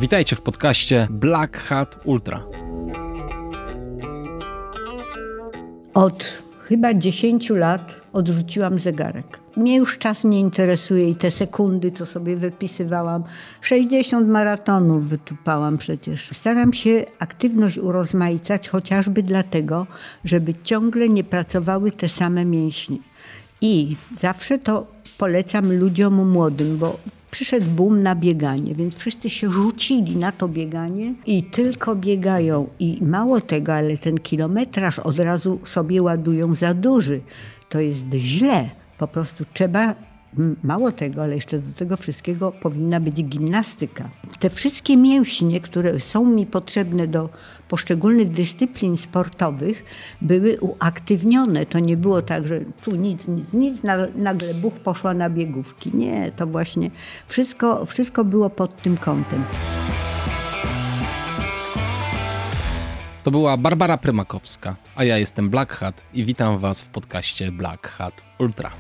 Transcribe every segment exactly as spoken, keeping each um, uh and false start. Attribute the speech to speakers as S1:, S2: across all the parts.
S1: Witajcie w podcaście Black Hat Ultra.
S2: Od chyba dziesięciu lat odrzuciłam zegarek. Mnie już czas nie interesuje i te sekundy, co sobie wypisywałam. sześćdziesiąt maratonów wytupałam przecież. Staram się aktywność urozmaicać chociażby dlatego, żeby ciągle nie pracowały te same mięśnie. I zawsze to polecam ludziom młodym, bo przyszedł boom na bieganie, więc wszyscy się rzucili na to bieganie i tylko biegają. I mało tego, ale ten kilometraż od razu sobie ładują za duży. To jest źle. Po prostu trzeba, mało tego, ale jeszcze do tego wszystkiego powinna być gimnastyka. Te wszystkie mięśnie, które są mi potrzebne do poszczególnych dyscyplin sportowych, były uaktywnione. To nie było tak, że tu nic, nic, nic, nagle buch poszła na biegówki. Nie, to właśnie wszystko, wszystko było pod tym kątem.
S1: To była Barbara Prymakowska, a ja jestem Black Hat i witam Was w podcaście Black Hat Ultra.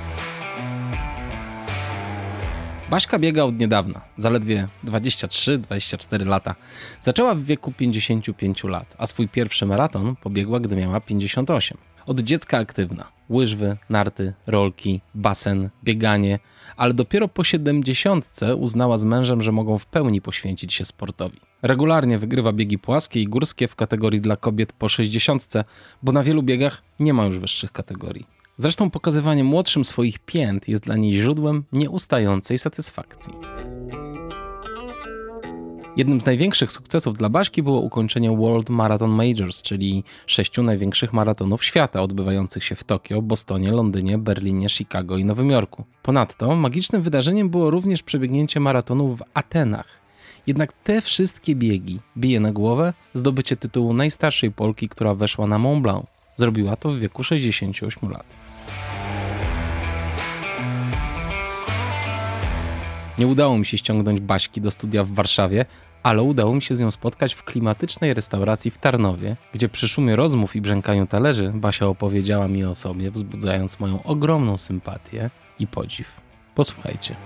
S1: Baśka biega od niedawna, zaledwie dwadzieścia trzy dwadzieścia cztery lata. Zaczęła w wieku pięćdziesięciu pięciu lat, a swój pierwszy maraton pobiegła, gdy miała pięćdziesiąt osiem. Od dziecka aktywna. Łyżwy, narty, rolki, basen, bieganie, ale dopiero po siedemdziesiątce uznała z mężem, że mogą w pełni poświęcić się sportowi. Regularnie wygrywa biegi płaskie i górskie w kategorii dla kobiet po sześćdziesiątce, bo na wielu biegach nie ma już wyższych kategorii. Zresztą pokazywanie młodszym swoich pięt jest dla niej źródłem nieustającej satysfakcji. Jednym z największych sukcesów dla Baśki było ukończenie World Marathon Majors, czyli sześciu największych maratonów świata, odbywających się w Tokio, Bostonie, Londynie, Berlinie, Chicago i Nowym Jorku. Ponadto magicznym wydarzeniem było również przebiegnięcie maratonu w Atenach. Jednak te wszystkie biegi bije na głowę zdobycie tytułu najstarszej Polki, która weszła na Mont Blanc. Zrobiła to w wieku sześćdziesięciu ośmiu lat. Nie udało mi się ściągnąć Baśki do studia w Warszawie, ale udało mi się z nią spotkać w klimatycznej restauracji w Tarnowie, gdzie przy szumie rozmów i brzękaniu talerzy Basia opowiedziała mi o sobie, wzbudzając moją ogromną sympatię i podziw. Posłuchajcie.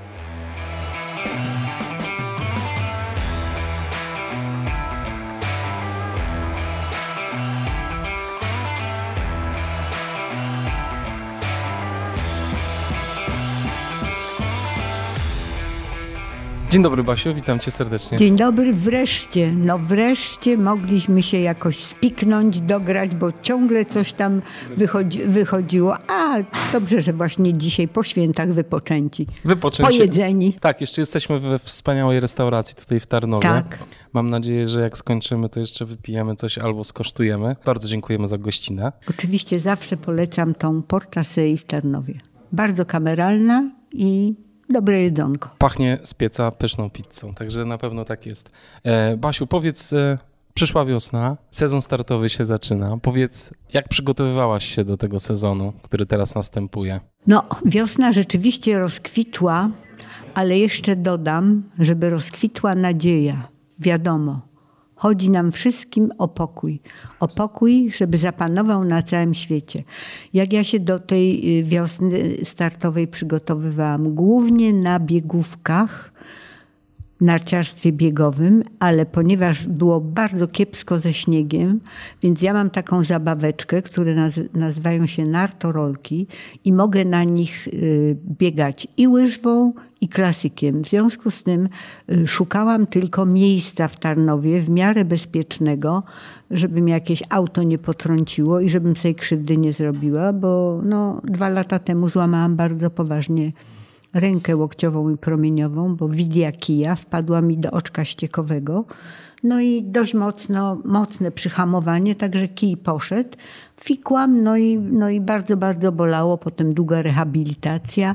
S1: Dzień dobry, Basiu, witam cię serdecznie.
S2: Dzień dobry, wreszcie, no wreszcie mogliśmy się jakoś spiknąć, dograć, bo ciągle coś tam wychodzi, wychodziło. A dobrze, że właśnie dzisiaj po świętach wypoczęci,
S1: Wypoczęci.
S2: Pojedzeni.
S1: Tak, jeszcze jesteśmy we wspaniałej restauracji tutaj w Tarnowie.
S2: Tak.
S1: Mam nadzieję, że jak skończymy, to jeszcze wypijemy coś albo skosztujemy. Bardzo dziękujemy za gościnę.
S2: Oczywiście zawsze polecam tą Porta Sei w Tarnowie. Bardzo kameralna i dobre jedzonko.
S1: Pachnie z pieca pyszną pizzą, także na pewno tak jest. E, Basiu, powiedz, e, przyszła wiosna, sezon startowy się zaczyna. Powiedz, jak przygotowywałaś się do tego sezonu, który teraz następuje?
S2: No, wiosna rzeczywiście rozkwitła, ale jeszcze dodam, żeby rozkwitła nadzieja. Wiadomo, chodzi nam wszystkim o pokój. O pokój, żeby zapanował na całym świecie. Jak ja się do tej wiosny startowej przygotowywałam? Głównie na biegówkach, narciarstwie biegowym, ale ponieważ było bardzo kiepsko ze śniegiem, więc ja mam taką zabaweczkę, które naz- nazywają się nartorolki i mogę na nich y, biegać i łyżwą, i klasykiem. W związku z tym y, szukałam tylko miejsca w Tarnowie w miarę bezpiecznego, żeby mi jakieś auto nie potrąciło i żebym sobie krzywdy nie zrobiła, bo no, dwa lata temu złamałam bardzo poważnie rękę łokciową i promieniową, bo widja kija wpadła mi do oczka ściekowego. No i dość mocno, mocne przyhamowanie, także kij poszedł. Fikłam, no i, no i bardzo, bardzo bolało. Potem długa rehabilitacja,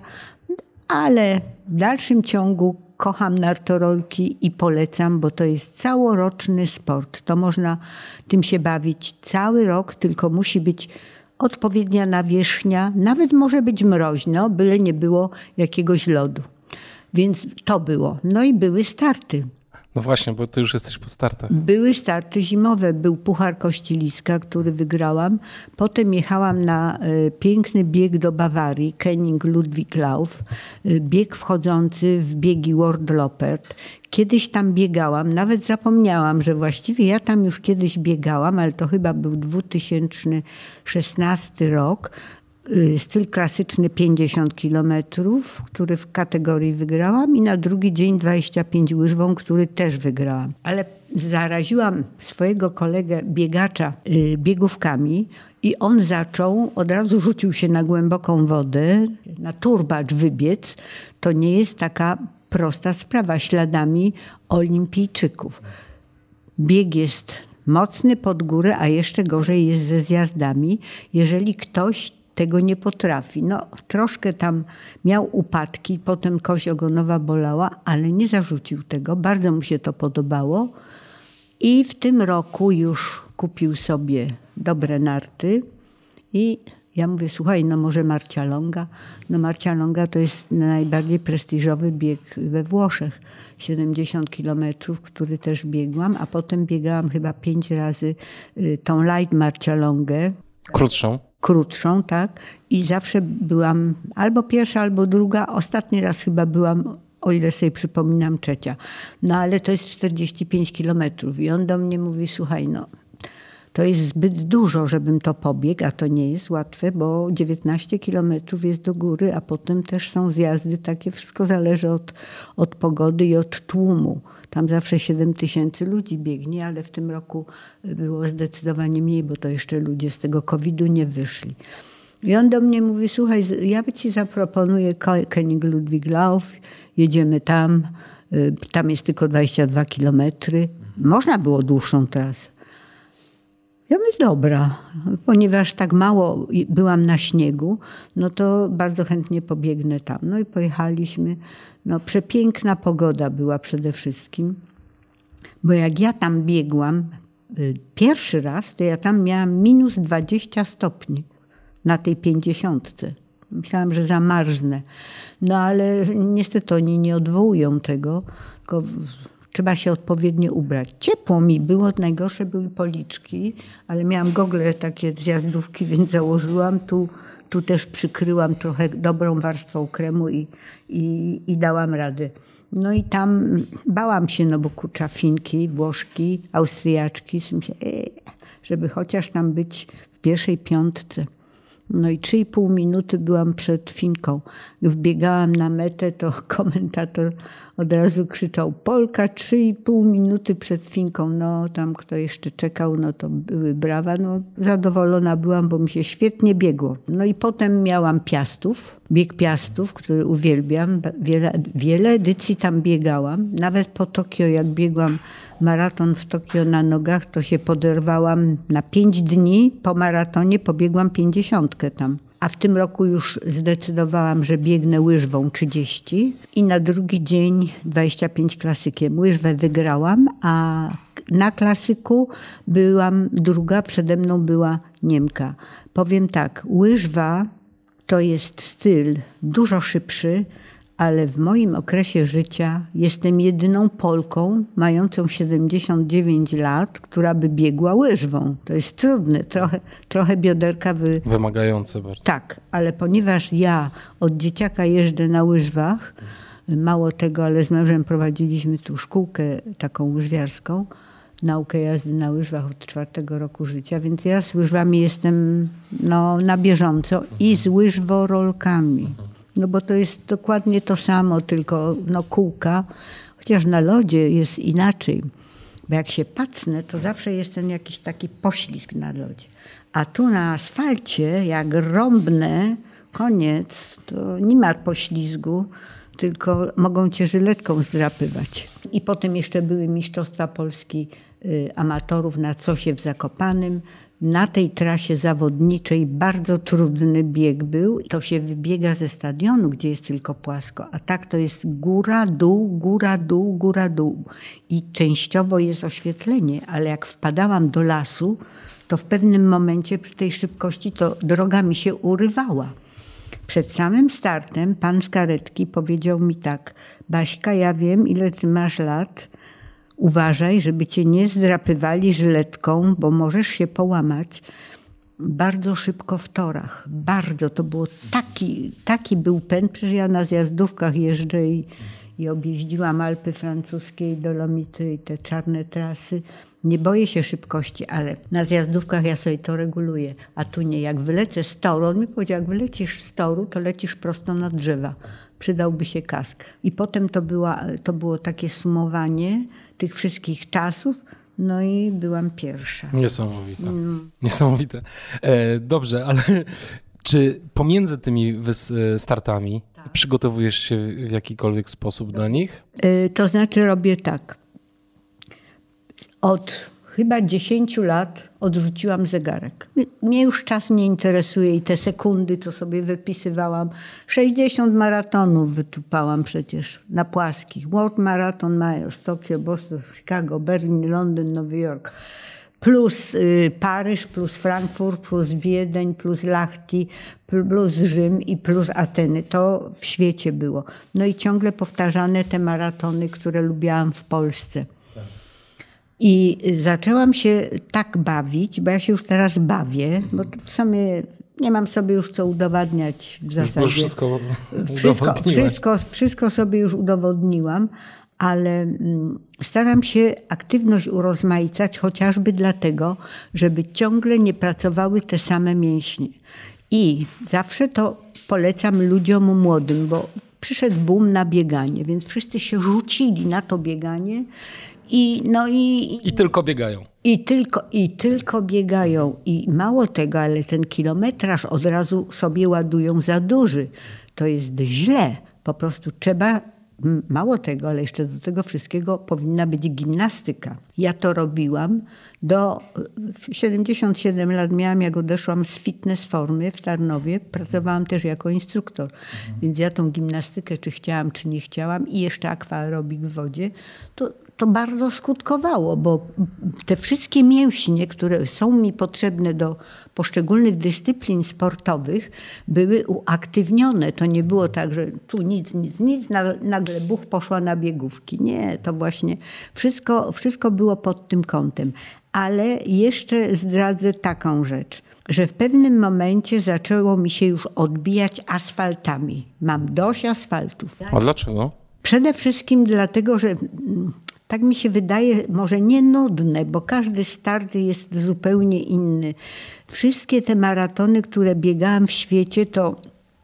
S2: ale w dalszym ciągu kocham nartorolki i polecam, bo to jest całoroczny sport. To można tym się bawić cały rok, tylko musi być odpowiednia nawierzchnia, nawet może być mroźno, byle nie było jakiegoś lodu. Więc to było. No i były starty.
S1: No właśnie, bo ty już jesteś po startach.
S2: Były starty zimowe. Był Puchar Kościeliska, który wygrałam. Potem jechałam na y, piękny bieg do Bawarii, Kenning Ludwiglauf. Y, bieg wchodzący w biegi World Loppert. Kiedyś tam biegałam. Nawet zapomniałam, że właściwie ja tam już kiedyś biegałam, ale to chyba był dwa tysiące szesnasty rok. Styl klasyczny pięćdziesiąt kilometrów, który w kategorii wygrałam i na drugi dzień dwadzieścia pięć łyżwą, który też wygrałam. Ale zaraziłam swojego kolegę biegacza biegówkami i on zaczął, od razu rzucił się na głęboką wodę, na turbacz wybiec. To nie jest taka prosta sprawa, śladami olimpijczyków. Bieg jest mocny pod górę, a jeszcze gorzej jest ze zjazdami. Jeżeli ktoś tego nie potrafi. No, troszkę tam miał upadki, potem kość ogonowa bolała, ale nie zarzucił tego. Bardzo mu się to podobało. I w tym roku już kupił sobie dobre narty. I ja mówię, słuchaj, no może Marcialonga. No Marcialonga to jest najbardziej prestiżowy bieg we Włoszech. siedemdziesiąt kilometrów, który też biegłam, a potem biegałam chyba pięć razy tą light Marcialongę.
S1: Krótszą.
S2: Krótszą, tak. I zawsze byłam albo pierwsza, albo druga. Ostatni raz chyba byłam, o ile sobie przypominam, trzecia. No ale to jest czterdzieści pięć kilometrów. I on do mnie mówi, słuchaj, no to jest zbyt dużo, żebym to pobiegł, a to nie jest łatwe, bo dziewiętnaście kilometrów jest do góry, a potem też są zjazdy takie. Wszystko zależy od, od pogody i od tłumu. Tam zawsze siedem tysięcy ludzi biegnie, ale w tym roku było zdecydowanie mniej, bo to jeszcze ludzie z tego kowida nie wyszli. I on do mnie mówi, słuchaj, ja ci zaproponuję Kenning Ludwiglauf, jedziemy tam, tam jest tylko dwadzieścia dwa kilometry. Można było dłuższą trasę. Ja mówię, dobra, ponieważ tak mało byłam na śniegu, no to bardzo chętnie pobiegnę tam. No i pojechaliśmy. No przepiękna pogoda była przede wszystkim, bo jak ja tam biegłam pierwszy raz, to ja tam miałam minus dwadzieścia stopni na tej pięćdziesiątce. Myślałam, że zamarznę. No ale niestety oni nie odwołują tego, tylko trzeba się odpowiednio ubrać. Ciepło mi było, najgorsze były policzki, ale miałam gogle takie zjazdówki, więc założyłam. Tu, tu też przykryłam trochę dobrą warstwą kremu i, i, i dałam radę. No i tam bałam się, no bo kurczę, Finki, Włoszki, Austriaczki, myślę, ej, żeby chociaż tam być w pierwszej piątce. No i trzy i pół minuty byłam przed Finką. Wbiegałam na metę, to komentator od razu krzyczał, Polka trzy i pół minuty przed Finką. No tam kto jeszcze czekał, no to były brawa. No zadowolona byłam, bo mi się świetnie biegło. No i potem miałam Piastów, bieg Piastów, który uwielbiam. Wiele, wiele edycji tam biegałam. Nawet po Tokio, jak biegłam maraton w Tokio na nogach, to się poderwałam na pięć dni. Po maratonie pobiegłam pięćdziesiątkę tam. A w tym roku już zdecydowałam, że biegnę łyżwą trzydzieści i na drugi dzień dwadzieścia pięć klasykiem. Łyżwę wygrałam, a na klasyku byłam druga, przede mną była Niemka. Powiem tak, łyżwa to jest styl dużo szybszy, ale w moim okresie życia jestem jedyną Polką mającą siedemdziesiąt dziewięć lat, która by biegła łyżwą. To jest trudne, trochę, trochę bioderka... Wy...
S1: Wymagające bardzo.
S2: Tak, ale ponieważ ja od dzieciaka jeżdżę na łyżwach, mało tego, ale z mężem prowadziliśmy tu szkółkę taką łyżwiarską, naukę jazdy na łyżwach od czwartego roku życia, więc ja z łyżwami jestem no, na bieżąco i z łyżworolkami. No bo to jest dokładnie to samo, tylko no kółka, chociaż na lodzie jest inaczej. Bo jak się pacnę, to zawsze jest ten jakiś taki poślizg na lodzie. A tu na asfalcie, jak rąbnę, koniec, to nie ma poślizgu, tylko mogą cię żyletką zdrapywać. I potem jeszcze były Mistrzostwa Polski amatorów na Cosie w Zakopanem. Na tej trasie zawodniczej bardzo trudny bieg był. To się wybiega ze stadionu, gdzie jest tylko płasko, a tak to jest góra, dół, góra, dół, góra, dół. I częściowo jest oświetlenie, ale jak wpadałam do lasu, to w pewnym momencie przy tej szybkości to droga mi się urywała. Przed samym startem pan z karetki powiedział mi tak, Baśka, ja wiem, ile ty masz lat, uważaj, żeby cię nie zdrapywali żyletką, bo możesz się połamać. Bardzo szybko w torach. Bardzo. To było taki, taki był pęd. Przecież ja na zjazdówkach jeżdżę i, i objeździłam Alpy francuskie i Dolomity i te czarne trasy. Nie boję się szybkości, ale na zjazdówkach ja sobie to reguluję. A tu nie. Jak wylecę z toru, on mi powiedział, jak wylecisz z toru, to lecisz prosto na drzewa. Przydałby się kask. I potem to, była, to było takie sumowanie tych wszystkich czasów. No i byłam pierwsza.
S1: Niesamowite. Mm. Niesamowite. E, dobrze, ale czy pomiędzy tymi startami tak. przygotowujesz się w jakikolwiek sposób do nich?
S2: E, to znaczy robię tak. Od chyba dziesięciu lat odrzuciłam zegarek. Mnie już czas nie interesuje i te sekundy, co sobie wypisywałam. sześćdziesiąt maratonów wytupałam przecież na płaskich. World Marathon Majors, Tokio, Boston, Chicago, Berlin, Londyn, Nowy Jork. Plus y, Paryż, plus Frankfurt, plus Wiedeń, plus Lahti, plus Rzym i plus Ateny. To w świecie było. No i ciągle powtarzane te maratony, które lubiłam w Polsce. I zaczęłam się tak bawić, bo ja się już teraz bawię, bo w sumie nie mam sobie już co udowadniać w zasadzie.
S1: Już wszystko
S2: wszystko, wszystko, wszystko sobie już udowodniłam, ale staram się aktywność urozmaicać chociażby dlatego, żeby ciągle nie pracowały te same mięśnie. I zawsze to polecam ludziom młodym, bo przyszedł boom na bieganie, więc wszyscy się rzucili na to bieganie. I, no i,
S1: I tylko biegają.
S2: I tylko, I tylko biegają. I mało tego, ale ten kilometraż od razu sobie ładują za duży. To jest źle. Po prostu trzeba, mało tego, ale jeszcze do tego wszystkiego powinna być gimnastyka. Ja to robiłam. Do siedemdziesiąt siedem lat miałam, jak odeszłam z fitness formy w Tarnowie. Pracowałam też jako instruktor. Mhm. Więc ja tą gimnastykę, czy chciałam, czy nie chciałam i jeszcze akwaerobik w wodzie, to To bardzo skutkowało, bo te wszystkie mięśnie, które są mi potrzebne do poszczególnych dyscyplin sportowych, były uaktywnione. To nie było tak, że tu nic, nic, nic, nagle buch poszła na biegówki. Nie, to właśnie wszystko, wszystko było pod tym kątem. Ale jeszcze zdradzę taką rzecz, że w pewnym momencie zaczęło mi się już odbijać asfaltami. Mam dość asfaltów.
S1: A dlaczego?
S2: Przede wszystkim dlatego, że tak mi się wydaje, może nie nudne, bo każdy start jest zupełnie inny. Wszystkie te maratony, które biegałam w świecie, to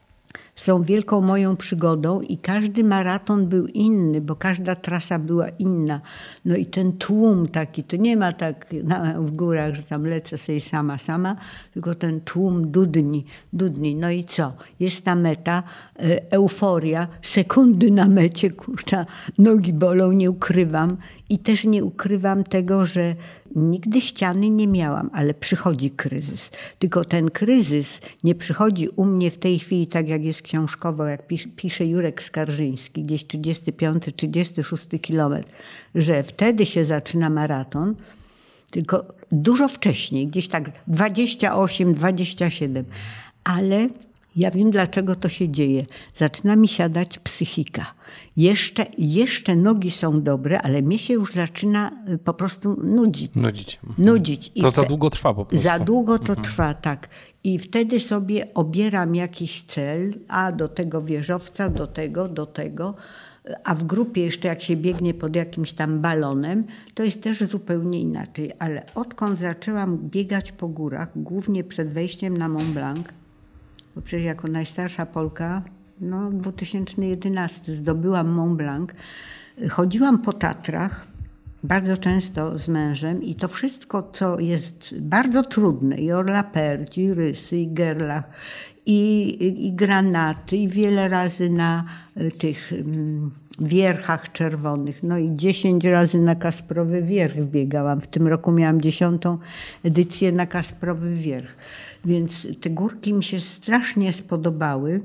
S2: są wielką moją przygodą i każdy maraton był inny, bo każda trasa była inna. No i ten tłum taki, to nie ma tak na, w górach, że tam lecę sobie sama, sama, tylko ten tłum dudni, dudni. No i co? Jest ta meta, euforia, sekundy na mecie, kurczę, nogi bolą, nie ukrywam. I też nie ukrywam tego, że nigdy ściany nie miałam, ale przychodzi kryzys. Tylko ten kryzys nie przychodzi u mnie w tej chwili tak jak jest książkowo, jak pisze Jurek Skarżyński, gdzieś trzydziesty piąty, trzydziesty szósty kilometr, że wtedy się zaczyna maraton, tylko dużo wcześniej, gdzieś tak dwadzieścia osiem, dwadzieścia siedem. Ale ja wiem, dlaczego to się dzieje. Zaczyna mi siadać psychika. Jeszcze, jeszcze nogi są dobre, ale mnie się już zaczyna po prostu nudzić.
S1: Nudzić.
S2: nudzić. I
S1: to za długo trwa po prostu.
S2: Za długo to mhm. trwa, tak. I wtedy sobie obieram jakiś cel, a do tego wieżowca, do tego, do tego. A w grupie jeszcze jak się biegnie pod jakimś tam balonem, to jest też zupełnie inaczej. Ale odkąd zaczęłam biegać po górach, głównie przed wejściem na Mont Blanc, bo przecież jako najstarsza Polka, no dwa tysiące jedenasty zdobyłam Mont Blanc. Chodziłam po Tatrach bardzo często z mężem i to wszystko, co jest bardzo trudne, i Orla-Perć, i Rysy, i Gerlach, i, i, i granaty, i wiele razy na tych mm, wierchach czerwonych. No i dziesięć razy na Kasprowy Wierch biegałam. W tym roku miałam dziesiątą edycję na Kasprowy Wierch. Więc te górki mi się strasznie spodobały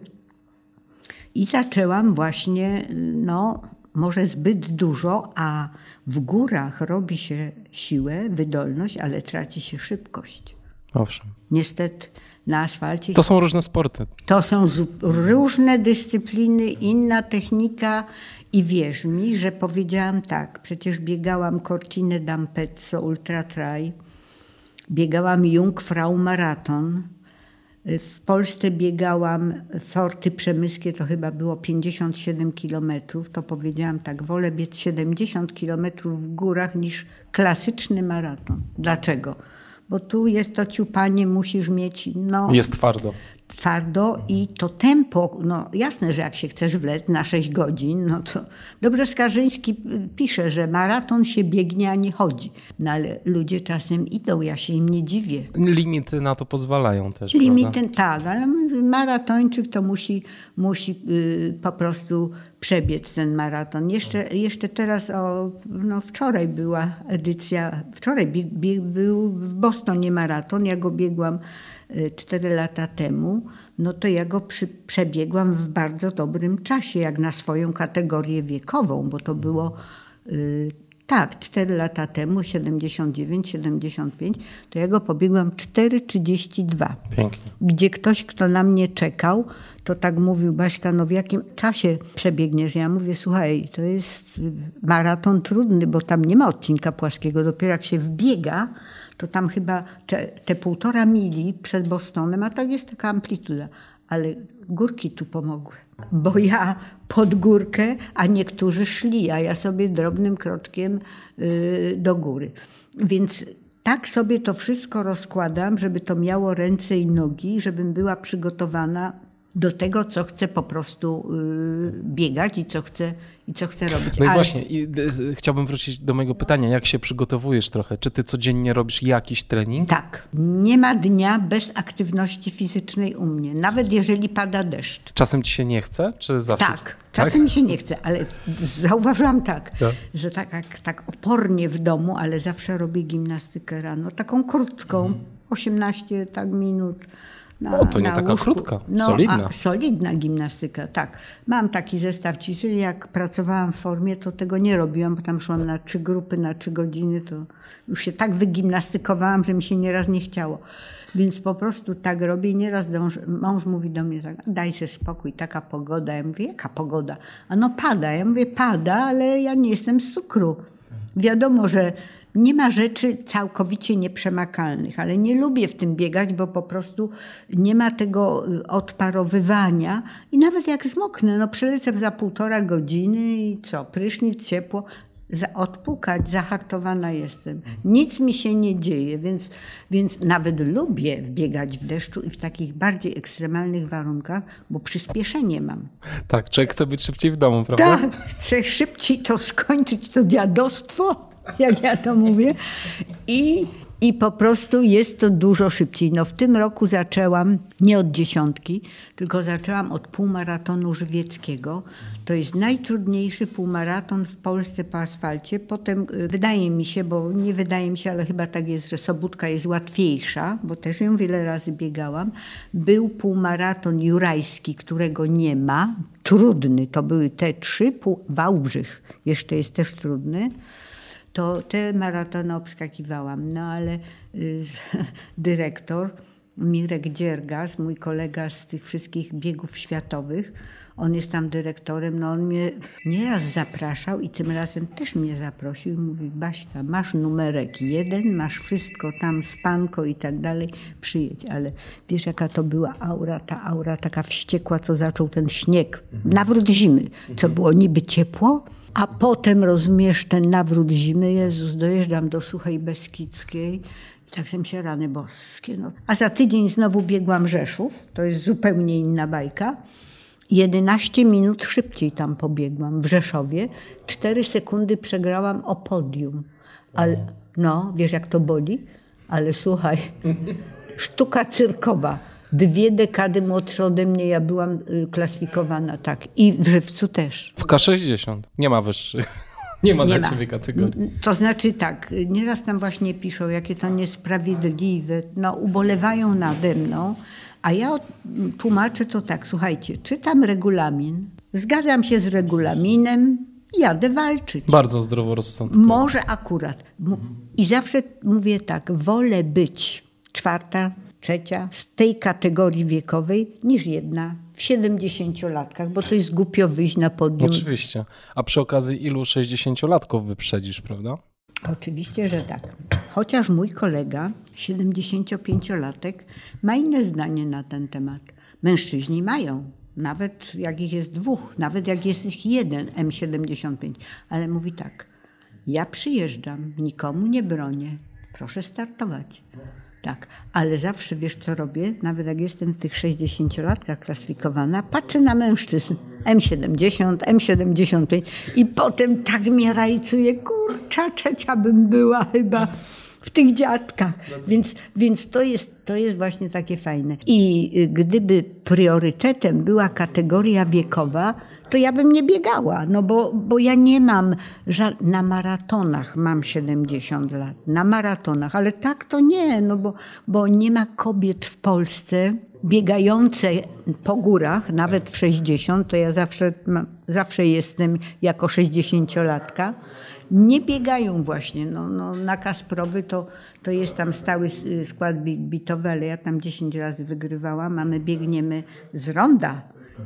S2: i zaczęłam właśnie, no może zbyt dużo, a w górach robi się siłę, wydolność, ale traci się szybkość.
S1: Owszem.
S2: Niestety na asfalcie.
S1: To są różne sporty.
S2: To są różne dyscypliny, inna technika i wierz mi, że powiedziałam tak, przecież biegałam Cortina d'Ampezzo Ultra Trail, biegałam Jungfrau Marathon, w Polsce biegałam Forty Przemyskie, to chyba było pięćdziesiąt siedem kilometrów, to powiedziałam tak, wolę biec siedemdziesiąt kilometrów w górach niż klasyczny maraton. Dlaczego? Bo tu jest to ciupanie, musisz mieć... No,
S1: jest twardo.
S2: Twardo i to tempo, no jasne, że jak się chcesz wlec na sześć godzin, no to dobrze Skarżyński pisze, że maraton się biegnie, a nie chodzi. No ale ludzie czasem idą, ja się im nie dziwię.
S1: Limity na to pozwalają też,
S2: Limity,
S1: prawda?
S2: tak, ale maratończyk to musi, musi yy, po prostu przebiec ten maraton. Jeszcze, jeszcze teraz, o, no wczoraj była edycja, wczoraj bieg, bieg, był w Bostonie maraton, ja go biegłam cztery lata temu, no to ja go przy, przebiegłam w bardzo dobrym czasie, jak na swoją kategorię wiekową, bo to było y, tak, cztery lata temu, siedemdziesiąt dziewięć, siedemdziesiąt pięć, to ja go pobiegłam cztery trzydzieści dwa.
S1: Pięknie.
S2: Gdzie ktoś, kto na mnie czekał, to tak mówił, Baśka, no w jakim czasie przebiegniesz? Ja mówię, słuchaj, to jest maraton trudny, bo tam nie ma odcinka płaskiego, dopiero jak się wbiega, to tam chyba te, te półtora mili przed Bostonem, a tak jest taka amplituda. Ale górki tu pomogły, bo ja pod górkę, a niektórzy szli, a ja sobie drobnym kroczkiem yy, do góry. Więc tak sobie to wszystko rozkładam, żeby to miało ręce i nogi, żebym była przygotowana do tego, co chcę po prostu yy, biegać i co chcę, i co chcę robić.
S1: No i
S2: Ale...
S1: właśnie, i, y, chciałbym wrócić do mojego pytania. Jak się przygotowujesz trochę? Czy ty codziennie robisz jakiś trening?
S2: Tak. Nie ma dnia bez aktywności fizycznej u mnie, nawet jeżeli pada deszcz.
S1: Czasem ci się nie chce? Czy zawsze?
S2: Tak, czasem mi się nie chce, ale zauważyłam tak,
S1: tak?
S2: że tak, tak, tak opornie w domu, ale zawsze robię gimnastykę rano, taką krótką, osiemnaście tak minut. Na,
S1: o, to nie
S2: na
S1: taka
S2: łóżku.
S1: krótka,
S2: no,
S1: solidna.
S2: A, solidna gimnastyka, tak. Mam taki zestaw ćwiczeń, jak pracowałam w formie, to tego nie robiłam, bo tam szłam na trzy grupy, na trzy godziny, to już się tak wygimnastykowałam, że mi się nieraz nie chciało. Więc po prostu tak robię i nieraz dąż, mąż mówi do mnie tak, daj sobie spokój, taka pogoda. Ja mówię, jaka pogoda? A no pada. Ja mówię, pada, ale ja nie jestem z cukru. Wiadomo, że nie ma rzeczy całkowicie nieprzemakalnych, ale nie lubię w tym biegać, bo po prostu nie ma tego odparowywania i nawet jak zmoknę, no przelecę za półtora godziny i co, prysznic, ciepło, za, odpukać, zahartowana jestem. Nic mi się nie dzieje, więc, więc nawet lubię biegać w deszczu i w takich bardziej ekstremalnych warunkach, bo przyspieszenie mam.
S1: Tak, człowiek chce być szybciej w domu, prawda?
S2: Tak, chcę szybciej to skończyć, to dziadostwo, jak ja to mówię. I, I po prostu jest to dużo szybciej. No w tym roku zaczęłam nie od dziesiątki, tylko zaczęłam od półmaratonu żywieckiego. To jest najtrudniejszy półmaraton w Polsce po asfalcie. Potem wydaje mi się, bo nie wydaje mi się, ale chyba tak jest, że Sobótka jest łatwiejsza, bo też ją wiele razy biegałam. Był półmaraton jurajski, którego nie ma. Trudny, to były te trzy, pół... Wałbrzych jeszcze jest też trudny. To te maratony obskakiwałam. No ale y, dyrektor Mirek Dziergas, mój kolega z tych wszystkich biegów światowych, on jest tam dyrektorem, no on mnie nieraz zapraszał i tym razem też mnie zaprosił i mówi, Baśka, masz numerek jeden, masz wszystko tam, spanko i tak dalej, przyjedź. Ale wiesz, jaka to była aura, ta aura taka wściekła, co zaczął ten śnieg, nawrót zimy, co było niby ciepło, a potem, rozumiesz, ten nawrót zimy, Jezus, dojeżdżam do Suchej Beskidzkiej i tak jsem się rany boskie. No. A za tydzień znowu biegłam Rzeszów, to jest zupełnie inna bajka. jedenaście minut szybciej tam pobiegłam w Rzeszowie. cztery sekundy przegrałam o podium. Ale, no, wiesz jak to boli? Ale słuchaj, sztuka cyrkowa. Dwie dekady młodsze ode mnie, ja byłam klasyfikowana tak. I w Żywcu też.
S1: W K sześćdziesiąt. Nie ma wyższych. Nie ma
S2: Nie
S1: dla
S2: ma.
S1: ciebie kategorii.
S2: To znaczy tak, nieraz tam właśnie piszą, jakie to niesprawiedliwe. No, ubolewają nade mną. A ja tłumaczę to tak, słuchajcie, czytam regulamin, zgadzam się z regulaminem i jadę walczyć.
S1: Bardzo zdroworozsądkowo.
S2: Może akurat. I zawsze mówię tak, wolę być czwarta, trzecia z tej kategorii wiekowej niż jedna w siedemdziesięciolatkach, bo to jest głupio wyjść na podium.
S1: Oczywiście. A przy okazji ilu sześćdziesięciolatków wyprzedzisz, prawda?
S2: Oczywiście, że tak. Chociaż mój kolega, siedemdziesięciopięciolatek, ma inne zdanie na ten temat. Mężczyźni mają, nawet jak ich jest dwóch, nawet jak jest ich jeden M siedemdziesiąt pięć. Ale mówi tak, ja przyjeżdżam, nikomu nie bronię, proszę startować. Tak, ale zawsze wiesz co robię? Nawet jak jestem w tych sześćdziesięciolatkach klasyfikowana, patrzę na mężczyzn. M siedemdziesiąt, M siedemdziesiąt pięć i potem tak mnie rajcuje, kurcza, trzecia bym była chyba w tych dziadkach. Więc, więc to jest, to jest właśnie takie fajne. I gdyby priorytetem była kategoria wiekowa, to ja bym nie biegała, no bo, bo ja nie mam, ża- na maratonach mam siedemdziesiąt lat, na maratonach, ale tak to nie, no bo, bo nie ma kobiet w Polsce biegające po górach, nawet w sześćdziesiąt, to ja zawsze, zawsze jestem jako sześćdziesięciolatka, nie biegają właśnie. No, no, na Kasprowy to, to jest tam stały skład bitowy, ale ja tam dziesięć razy wygrywałam, a my biegniemy z ronda.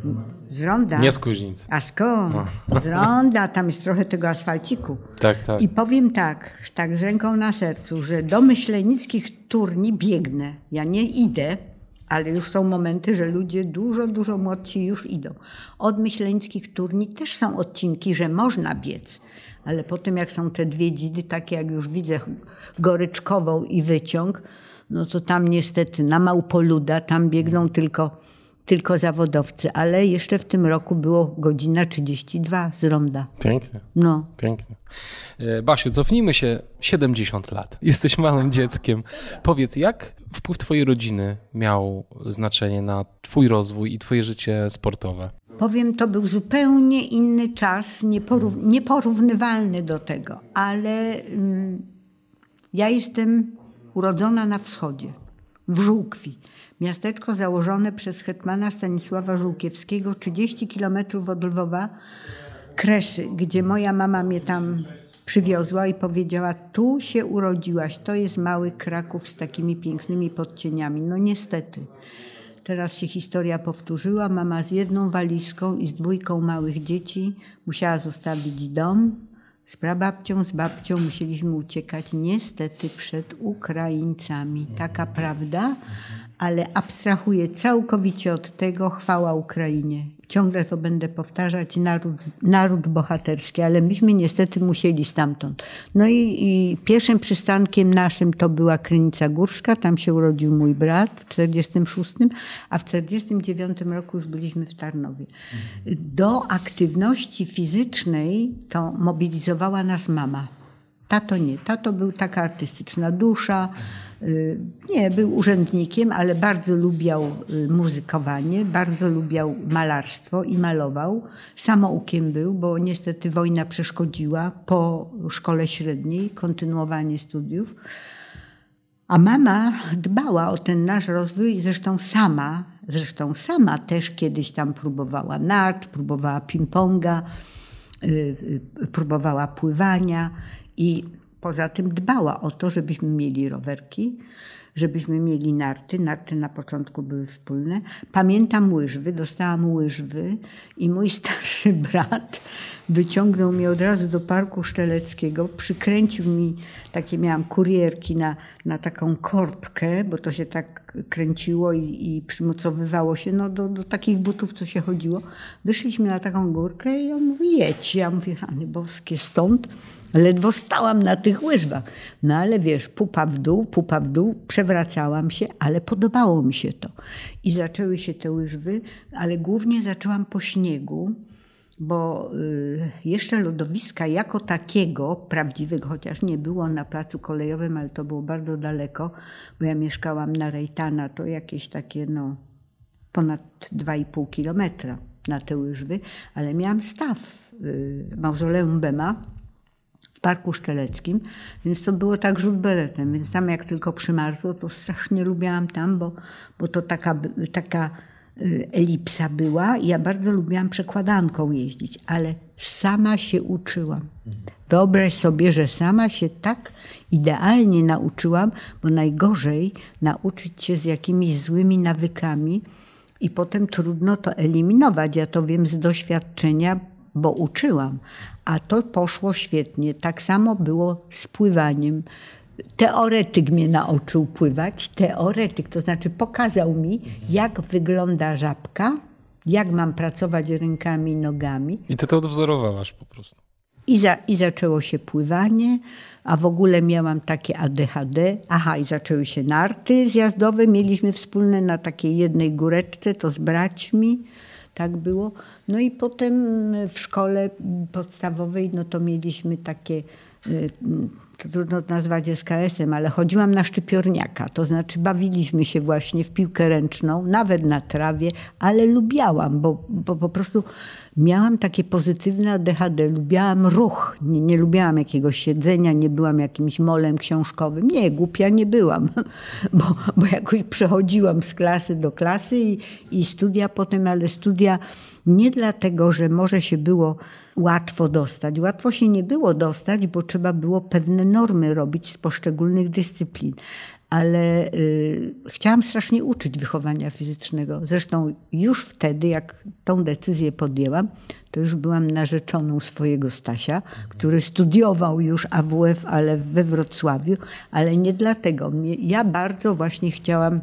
S2: Z ronda.
S1: Nie z Kuźnic.
S2: A skąd? Z ronda, tam jest trochę tego asfalciku.
S1: Tak, tak.
S2: I powiem tak, tak z ręką na sercu, że do myślenickich turni biegnę. Ja nie idę, ale już są momenty, że ludzie dużo, dużo młodsi już idą. Od myślenickich turni też są odcinki, że można biec. Ale potem jak są te dwie dzidy, takie jak już widzę, Goryczkową i Wyciąg, no to tam niestety na Małpoluda, tam biegną tylko, tylko zawodowcy. Ale jeszcze w tym roku było godzina trzydzieści dwa z ronda.
S1: Pięknie.
S2: No.
S1: Pięknie. Basiu, cofnijmy się siedemdziesiąt lat. Jesteś małym dzieckiem. Powiedz, jak wpływ twojej rodziny miał znaczenie na twój rozwój i twoje życie sportowe?
S2: Powiem, to był zupełnie inny czas, nieporów- nieporównywalny do tego, ale mm, ja jestem urodzona na wschodzie, w Żółkwi. Miasteczko założone przez hetmana Stanisława Żółkiewskiego, trzydzieści kilometrów od Lwowa, Kresy, gdzie moja mama mnie tam przywiozła i powiedziała, tu się urodziłaś, to jest mały Kraków z takimi pięknymi podcieniami. No niestety. Teraz się historia powtórzyła. Mama z jedną walizką i z dwójką małych dzieci musiała zostawić dom. Z prababcią, z babcią musieliśmy uciekać niestety przed Ukraińcami. Taka prawda, ale abstrahuję całkowicie od tego. Chwała Ukrainie. Ciągle to będę powtarzać, naród, naród bohaterski, ale myśmy niestety musieli stamtąd. No i, i pierwszym przystankiem naszym to była Krynica Górska, tam się urodził mój brat w czterdziestym szóstym, a w czterdziestym dziewiątym roku już byliśmy w Tarnowie. Do aktywności fizycznej to mobilizowała nas mama. Tato nie, tato był taka artystyczna dusza, nie, był urzędnikiem, ale bardzo lubiał muzykowanie, bardzo lubiał malarstwo i malował. Samoukiem był, bo niestety wojna przeszkodziła po szkole średniej, kontynuowanie studiów. A mama dbała o ten nasz rozwój, zresztą sama, zresztą sama też kiedyś tam próbowała nart, próbowała ping-ponga, próbowała pływania i poza tym dbała o to, żebyśmy mieli rowerki, żebyśmy mieli narty. Narty na początku były wspólne. Pamiętam łyżwy, dostałam łyżwy i mój starszy brat wyciągnął mnie od razu do Parku Szczeleckiego, przykręcił mi, takie miałam kurierki na, na taką korbkę, bo to się tak kręciło i, i przymocowywało się no, do, do takich butów, co się chodziło. Wyszliśmy na taką górkę i on mówi, jedź. Ja mówię, rany boskie, stąd. Ledwo stałam na tych łyżwach. No ale wiesz, pupa w dół, pupa w dół, przewracałam się, ale podobało mi się to. I zaczęły się te łyżwy, ale głównie zaczęłam po śniegu, bo y, jeszcze lodowiska jako takiego, prawdziwego, chociaż nie było na placu kolejowym, ale to było bardzo daleko, bo ja mieszkałam na Rejtana, to jakieś takie no ponad dwa i pół kilometra na te łyżwy, ale miałam staw y, Mauzoleum Bema w Parku Szczeleckim, więc to było tak rzut beretem, więc tam jak tylko przymarzło, to strasznie lubiałam tam, bo, bo to taka, taka elipsa była i ja bardzo lubiłam przekładanką jeździć, ale sama się uczyłam. Wyobraź sobie, że sama się tak idealnie nauczyłam, bo najgorzej nauczyć się z jakimiś złymi nawykami i potem trudno to eliminować. Ja to wiem z doświadczenia, bo uczyłam, a to poszło świetnie. Tak samo było z pływaniem. Teoretyk mnie nauczył pływać, teoretyk, to znaczy pokazał mi, jak wygląda żabka, jak mam pracować rękami i nogami.
S1: I ty to odwzorowałaś po prostu.
S2: I, za, I zaczęło się pływanie, a w ogóle miałam takie A D H D. Aha, i zaczęły się narty zjazdowe. Mieliśmy wspólne na takiej jednej góreczce, to z braćmi. Tak było. No i potem w szkole podstawowej, no to mieliśmy takie, to trudno nazwać S K S-em, ale chodziłam na szczypiorniaka. To znaczy bawiliśmy się właśnie w piłkę ręczną, nawet na trawie, ale lubiałam, bo, bo po prostu miałam takie pozytywne A D H D. Lubiałam ruch. Nie, nie lubiałam jakiegoś siedzenia, nie byłam jakimś molem książkowym. Nie, głupia nie byłam, bo, bo jakoś przechodziłam z klasy do klasy i, i studia potem, ale studia nie dlatego, że może się było łatwo dostać. Łatwo się nie było dostać, bo trzeba było pewne normy robić z poszczególnych dyscyplin. Ale y, chciałam strasznie uczyć wychowania fizycznego. Zresztą już wtedy, jak tą decyzję podjęłam, to już byłam narzeczoną swojego Stasia, który studiował już A W F, ale we Wrocławiu, ale nie dlatego. Ja bardzo właśnie chciałam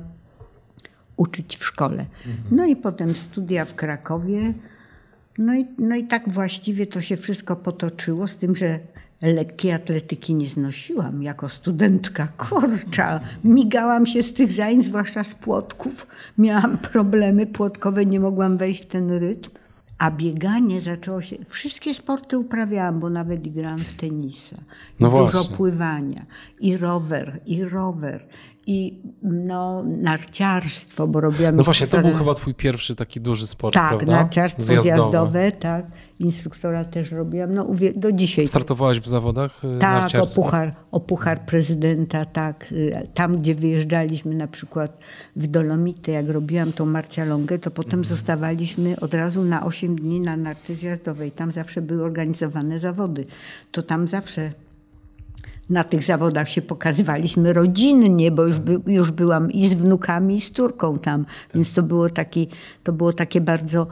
S2: uczyć w szkole. No i potem studia w Krakowie. No i, no i tak właściwie to się wszystko potoczyło, z tym, że lekkiej atletyki nie znosiłam jako studentka. Kurcza, migałam się z tych zajęć, zwłaszcza z płotków. Miałam problemy płotkowe, nie mogłam wejść w ten rytm. A bieganie zaczęło się... Wszystkie sporty uprawiałam, bo nawet grałam w tenisa.
S1: No
S2: dużo
S1: właśnie.
S2: pływania. I rower, i rower. I no, narciarstwo, bo robiłam...
S1: No właśnie, to
S2: instruktora...
S1: był chyba twój pierwszy taki duży sport,
S2: tak,
S1: prawda?
S2: narciarstwo
S1: Zjazdowe.
S2: zjazdowe, tak. Instruktora też robiłam. No do dzisiaj.
S1: Startowałaś w zawodach
S2: tak,
S1: narciarskich?
S2: o puchar, o puchar prezydenta, tak. Tam, gdzie wyjeżdżaliśmy na przykład w Dolomity, jak robiłam tą marcialongę, to potem mhm. zostawaliśmy od razu na osiem dni na narty zjazdowej. Tam zawsze były organizowane zawody. To tam zawsze na tych zawodach się pokazywaliśmy rodzinnie, bo już, by, już byłam i z wnukami, i z córką tam. Więc to było, taki, to było takie bardzo,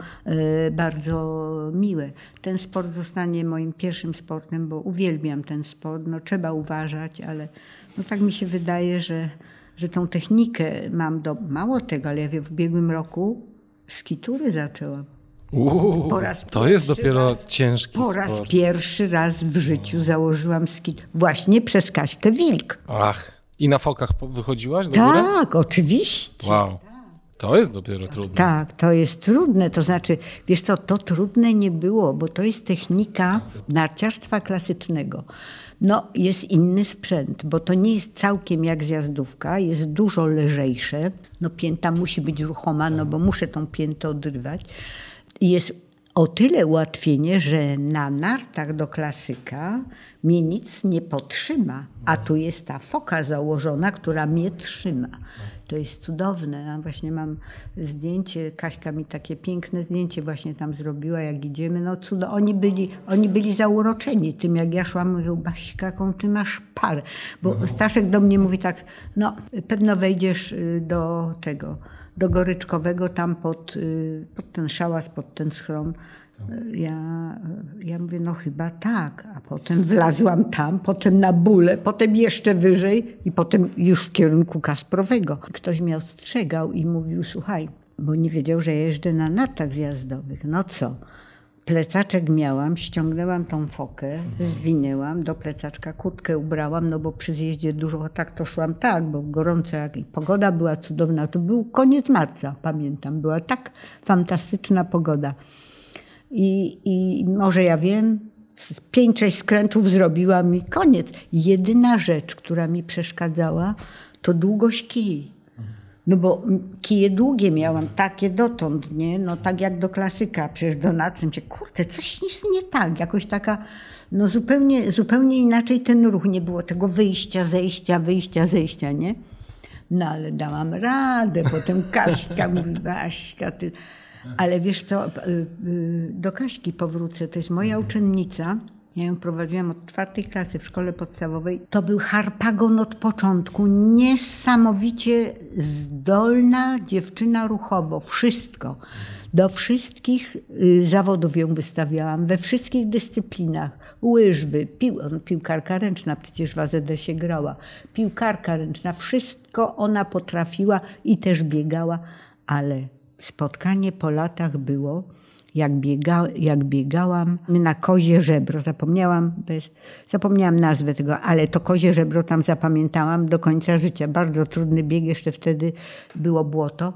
S2: bardzo miłe. Ten sport zostanie moim pierwszym sportem, bo uwielbiam ten sport. No, trzeba uważać, ale no, tak mi się wydaje, że, że tą technikę mam do... Mało tego, ale ja w ubiegłym roku skitury zaczęłam.
S1: Uuu, to jest dopiero
S2: raz,
S1: ciężki
S2: po
S1: sport.
S2: Po raz pierwszy raz w życiu założyłam skit właśnie przez Kaśkę Wilk.
S1: Ach, i na fokach wychodziłaś do góry?
S2: Tak, oczywiście.
S1: Wow, to jest dopiero trudne.
S2: Tak, to jest trudne. To znaczy, wiesz co, to trudne nie było, bo to jest technika narciarstwa klasycznego. No, jest inny sprzęt, bo to nie jest całkiem jak zjazdówka, jest dużo lżejsze. No, pięta musi być ruchoma, no bo muszę tą piętę odrywać. Jest o tyle ułatwienie, że na nartach do klasyka mnie nic nie potrzyma, a tu jest ta foka założona, która mnie trzyma. To jest cudowne. Ja właśnie mam zdjęcie, Kaśka mi takie piękne zdjęcie właśnie tam zrobiła, jak idziemy. No cudo, oni byli, oni byli zauroczeni tym, jak ja szłam. Mówią, Baśka, jaką ty masz parę. Bo no. Staszek do mnie mówi tak, no pewno wejdziesz do tego, do Goryczkowego, tam pod, pod ten szałas, pod ten schron. Ja, ja mówię, no chyba tak, a potem wlazłam tam, potem na Bólę, potem jeszcze wyżej i potem już w kierunku Kasprowego. Ktoś mnie ostrzegał i mówił, słuchaj, bo nie wiedział, że ja jeżdżę na nartach zjazdowych. No co? Plecaczek miałam, ściągnęłam tą fokę, zwinęłam, do plecaczka kurtkę ubrałam, no bo przy zjeździe dużo, tak to szłam tak, bo gorąco, jak i pogoda była cudowna. To był koniec marca, pamiętam, była tak fantastyczna pogoda. I, I może ja wiem, pięć, sześć skrętów zrobiłam i koniec. Jedyna rzecz, która mi przeszkadzała, to długość kij. No bo kije długie miałam, takie dotąd, nie? No tak jak do klasyka, przecież do narty. Kurde, coś jest nie tak, jakoś taka, no zupełnie, zupełnie inaczej ten ruch. Nie było tego wyjścia, zejścia, wyjścia, zejścia, nie? No ale dałam radę, potem Kaśka mówi, Baśka, ty... Ale wiesz co, do Kaśki powrócę, to jest moja uczennica Ja ją prowadziłam od czwartej klasy w szkole podstawowej. To był harpagon od początku. Niesamowicie zdolna dziewczyna ruchowo. Wszystko. Do wszystkich zawodów ją wystawiałam. We wszystkich dyscyplinach. Łyżwy, pił, piłkarka ręczna, przecież w A Z D-sie grała. Piłkarka ręczna. Wszystko ona potrafiła i też biegała. Ale spotkanie po latach było... Jak, biega, jak biegałam na kozie żebro, zapomniałam, bez, zapomniałam nazwę tego, ale to kozie żebro tam zapamiętałam do końca życia. Bardzo trudny bieg, jeszcze wtedy było błoto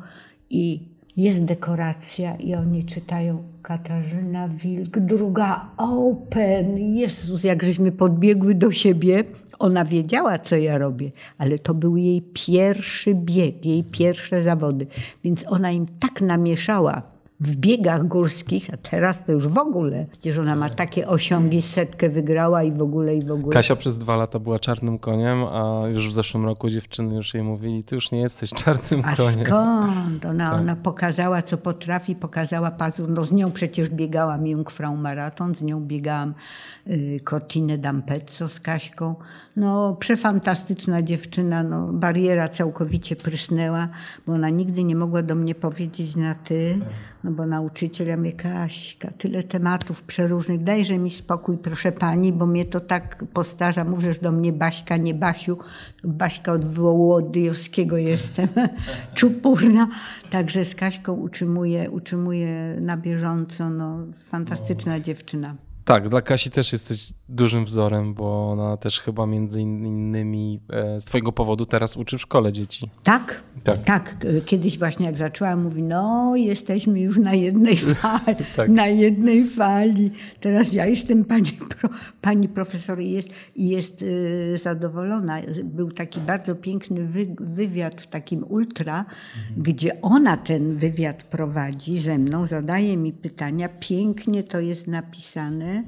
S2: i jest dekoracja i oni czytają Katarzyna Wilk, druga Open. Jezus, jak żeśmy podbiegły do siebie. Ona wiedziała, co ja robię, ale to był jej pierwszy bieg, jej pierwsze zawody. Więc ona im tak namieszała w biegach górskich, a teraz to już w ogóle. Przecież ona ma takie osiągi, setkę wygrała i w ogóle, i w ogóle.
S1: Kasia przez dwa lata była czarnym koniem, a już w zeszłym roku dziewczyny już jej mówili, ty już nie jesteś czarnym
S2: a
S1: koniem.
S2: A skąd? Ona,
S1: tak.
S2: ona pokazała, co potrafi, pokazała pazur. No z nią przecież biegałam Jungfrau Maraton, z nią biegałam y, Cortinę d'Ampezzo z Kaśką. No przefantastyczna dziewczyna, no bariera całkowicie prysnęła, bo ona nigdy nie mogła do mnie powiedzieć na ty. No bo nauczyciel, ja mówię, Kaśka, tyle tematów przeróżnych, dajże mi spokój, proszę pani, bo mnie to tak postarza, mówisz do mnie Baśka, nie Basiu. Baśka od Wołodyjowskiego jestem, czupurna. Także z Kaśką utrzymuję, utrzymuję na bieżąco, no fantastyczna dziewczyna.
S1: Tak, dla Kasi też jesteś dużym wzorem, bo ona też chyba między innymi z twojego powodu teraz uczy w szkole dzieci.
S2: Tak,
S1: tak.
S2: tak. Kiedyś właśnie jak zaczęłam, mówi, no jesteśmy już na jednej fali, tak. na jednej fali. Teraz ja jestem pani, pro, pani profesor i jest, i jest yy, zadowolona. Był taki bardzo piękny wy, wywiad w takim ultra, mhm. gdzie ona ten wywiad prowadzi ze mną, zadaje mi pytania. Pięknie to jest napisane.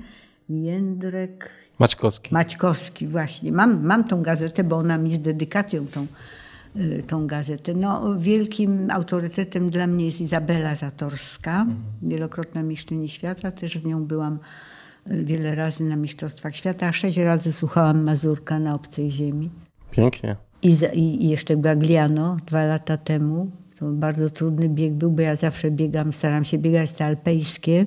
S2: Jędrek
S1: Maćkowski.
S2: Maćkowski, właśnie. Mam, mam tą gazetę, bo ona mi z dedykacją tą, tą gazetę. No, wielkim autorytetem dla mnie jest Izabela Zatorska, mhm. wielokrotna mistrzyni świata. Też w nią byłam wiele razy na Mistrzostwach Świata, a sześć razy słuchałam Mazurka na obcej ziemi.
S1: Pięknie.
S2: I, i, i jeszcze Gagliano dwa lata temu. To bardzo trudny bieg był, bo ja zawsze biegam, staram się biegać te alpejskie,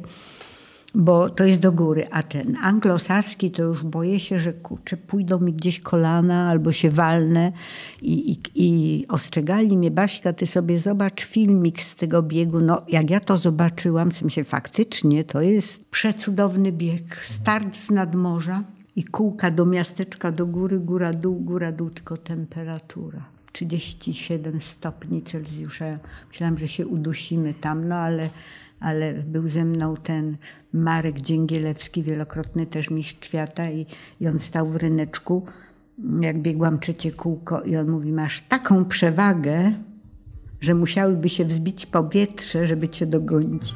S2: bo to jest do góry, a ten anglosaski to już boję się, że kurczę, pójdą mi gdzieś kolana albo się walnę i, i, i ostrzegali mnie, Baśka, ty sobie zobacz filmik z tego biegu. No jak ja to zobaczyłam, w sensie faktycznie to jest przecudowny bieg, start z nadmorza i kółka do miasteczka, do góry, góra, dół, góra, dół, tylko temperatura. trzydzieści siedem stopni Celsjusza. Myślałam, że się udusimy tam, no ale... ale był ze mną ten Marek Dzięgielewski, wielokrotny też mistrz świata i, i on stał w ryneczku, jak biegłam trzecie kółko i on mówi, masz taką przewagę, że musiałyby się wzbić powietrze, żeby cię dogonić.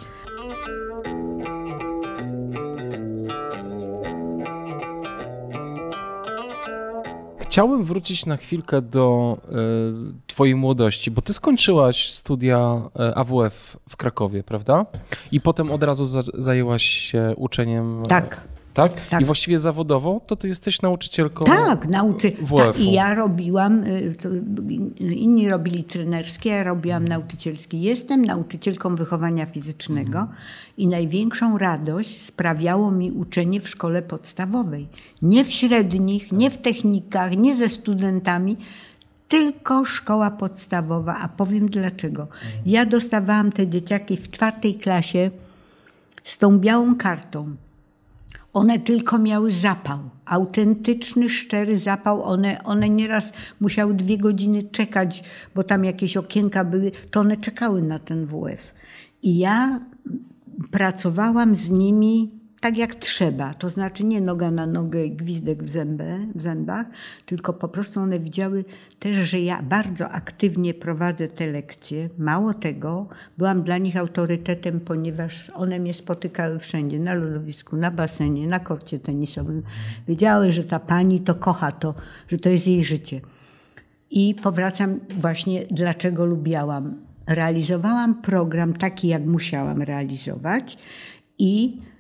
S1: Chciałbym wrócić na chwilkę do y, twojej młodości, bo ty skończyłaś studia A W F w Krakowie, prawda? I potem od razu za, zajęłaś się uczeniem.
S2: Tak.
S1: Tak?
S2: tak?
S1: I właściwie zawodowo to ty jesteś nauczycielką
S2: Tak, nauczy...
S1: W W F-u.
S2: Tak, i ja robiłam, to inni robili trenerskie, ja robiłam nauczycielskie. Jestem nauczycielką wychowania fizycznego mhm. i największą radość sprawiało mi uczenie w szkole podstawowej. Nie w średnich, nie w technikach, nie ze studentami, tylko szkoła podstawowa. A powiem dlaczego. Ja dostawałam te dzieciaki w czwartej klasie z tą białą kartą. One tylko miały zapał, autentyczny, szczery zapał. One, one nieraz musiały dwie godziny czekać, bo tam jakieś okienka były, to one czekały na ten W F. I ja pracowałam z nimi tak jak trzeba. To znaczy nie noga na nogę i gwizdek w, zębę, w zębach, tylko po prostu one widziały też, że ja bardzo aktywnie prowadzę te lekcje. Mało tego, byłam dla nich autorytetem, ponieważ one mnie spotykały wszędzie, na lodowisku, na basenie, na korcie tenisowym. Wiedziały, że ta pani to kocha to, że to jest jej życie. I powracam właśnie, dlaczego lubiałam. Realizowałam program taki, jak musiałam realizować i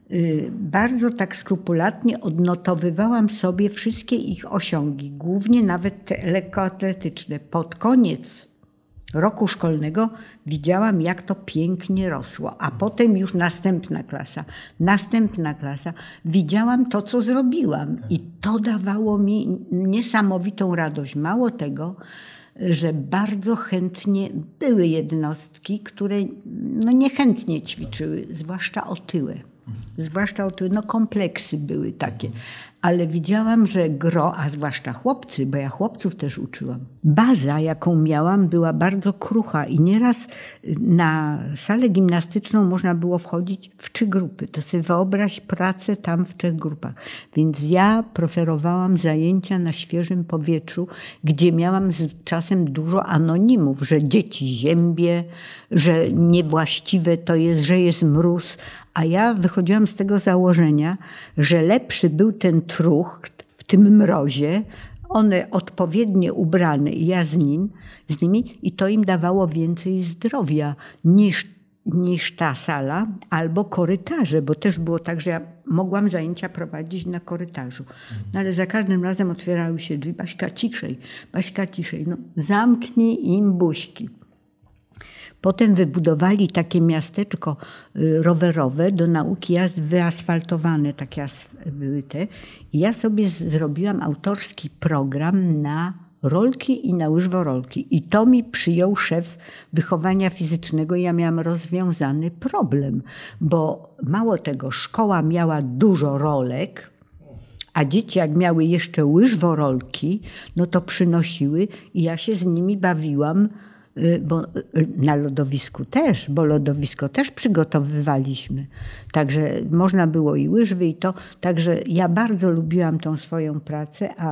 S2: bardzo tak skrupulatnie odnotowywałam sobie wszystkie ich osiągi, głównie nawet te lekkoatletyczne. Pod koniec roku szkolnego widziałam, jak to pięknie rosło, a potem już następna klasa, następna klasa. Widziałam to, co zrobiłam i to dawało mi niesamowitą radość. Mało tego, że bardzo chętnie były jednostki, które no niechętnie ćwiczyły, zwłaszcza otyłe. Zwłaszcza otyłe, no kompleksy były takie. Ale widziałam, że gro, a zwłaszcza chłopcy, bo ja chłopców też uczyłam. Baza, jaką miałam, była bardzo krucha i nieraz na salę gimnastyczną można było wchodzić w trzy grupy. To sobie wyobraź pracę tam w trzech grupach. Więc ja preferowałam zajęcia na świeżym powietrzu, gdzie miałam z czasem dużo anonimów, że dzieci ziębie, że niewłaściwe to jest, że jest mróz. A ja wychodziłam z tego założenia, że lepszy był ten truch w tym mrozie, one odpowiednio ubrane i ja z nim, z nimi i to im dawało więcej zdrowia niż, niż ta sala albo korytarze, bo też było tak, że ja mogłam zajęcia prowadzić na korytarzu. No ale za każdym razem otwierały się drzwi, Baśka ciszej, Baśka ciszej, no zamknij im buźki. Potem wybudowali takie miasteczko rowerowe do nauki jazd, wyasfaltowane takie były te. I ja sobie zrobiłam autorski program na rolki i na łyżworolki. I to mi przyjął szef wychowania fizycznego. Ja miałam rozwiązany problem, bo mało tego, szkoła miała dużo rolek, a dzieci jak miały jeszcze łyżworolki, no to przynosiły i ja się z nimi bawiłam. Bo na lodowisku też, bo lodowisko też przygotowywaliśmy. Także można było i łyżwy i to. Także ja bardzo lubiłam tą swoją pracę, a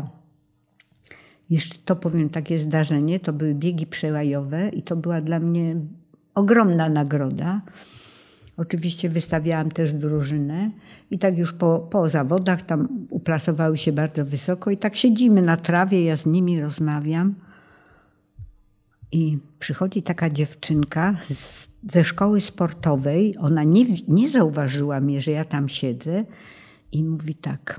S2: jeszcze to powiem takie zdarzenie, to były biegi przełajowe i to była dla mnie ogromna nagroda. Oczywiście wystawiałam też drużynę i tak już po, po zawodach tam uplasowały się bardzo wysoko i tak siedzimy na trawie, ja z nimi rozmawiam. I przychodzi taka dziewczynka z, ze szkoły sportowej, ona nie, nie zauważyła mnie, że ja tam siedzę i mówi tak,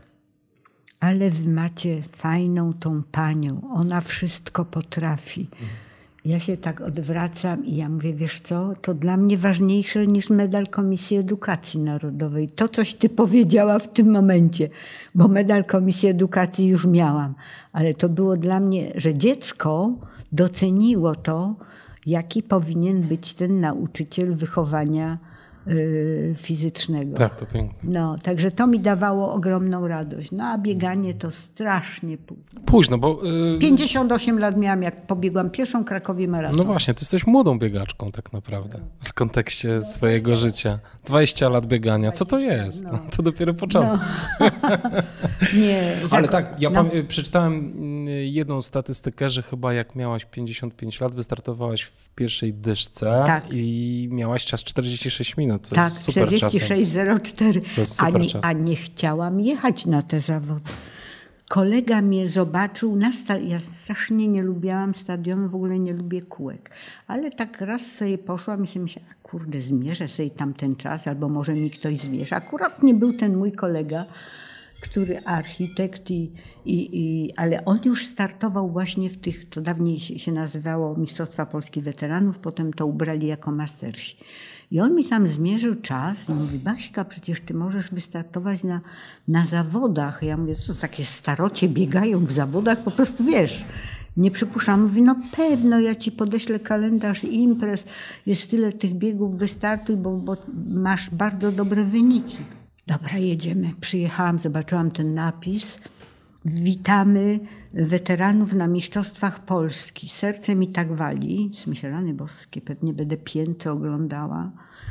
S2: ale wy macie fajną tą panią, ona wszystko potrafi. Ja się tak odwracam i ja mówię, wiesz co, to dla mnie ważniejsze niż medal Komisji Edukacji Narodowej. To coś ty powiedziała w tym momencie, bo medal Komisji Edukacji już miałam. Ale to było dla mnie, że dziecko doceniło to, jaki powinien być ten nauczyciel wychowania y, fizycznego.
S1: Tak, to piękne.
S2: No, także to mi dawało ogromną radość. No a bieganie to strasznie późno.
S1: Późno, bo... Yy...
S2: pięćdziesiąt osiem lat miałam, jak pobiegłam pierwszą Krakowie maraton.
S1: No właśnie, ty jesteś młodą biegaczką tak naprawdę w kontekście swojego życia. dwadzieścia lat biegania, co to jest? No. To dopiero początek. No. Nie, ale tak, ja no. przeczytałem jedną statystykę, że chyba jak miałaś pięćdziesiąt pięć lat, wystartowałaś w pierwszej dyszce tak. i miałaś czas czterdzieści sześć minut. To
S2: tak,
S1: jest super
S2: czterdzieści sześć zero cztery.
S1: To jest super
S2: a, nie,
S1: czas.
S2: a nie chciałam jechać na te zawody. Kolega mnie zobaczył, na sta- ja strasznie nie lubiłam stadionu, w ogóle nie lubię kółek. Ale tak raz sobie poszłam i sobie myślałam, kurde, zmierzę sobie tam ten czas, albo może mi ktoś zmierzy. Akurat nie był ten mój kolega, który architekt, i, i, i, ale on już startował właśnie w tych, to dawniej się, się nazywało Mistrzostwa Polski Weteranów, potem to ubrali jako mastersi. I on mi tam zmierzył czas i mówi, Baśka, przecież ty możesz wystartować na, na zawodach. Ja mówię, co, takie starocie biegają w zawodach? Po prostu wiesz, nie przypuszczam. Mówi, no pewno, ja ci podeślę kalendarz imprez, jest tyle tych biegów, wystartuj, bo, bo masz bardzo dobre wyniki. Dobra, jedziemy. Przyjechałam, zobaczyłam ten napis. Witamy weteranów na Mistrzostwach Polski. Serce mi tak wali. Myślę, rany boskie, pewnie będę pięty oglądała.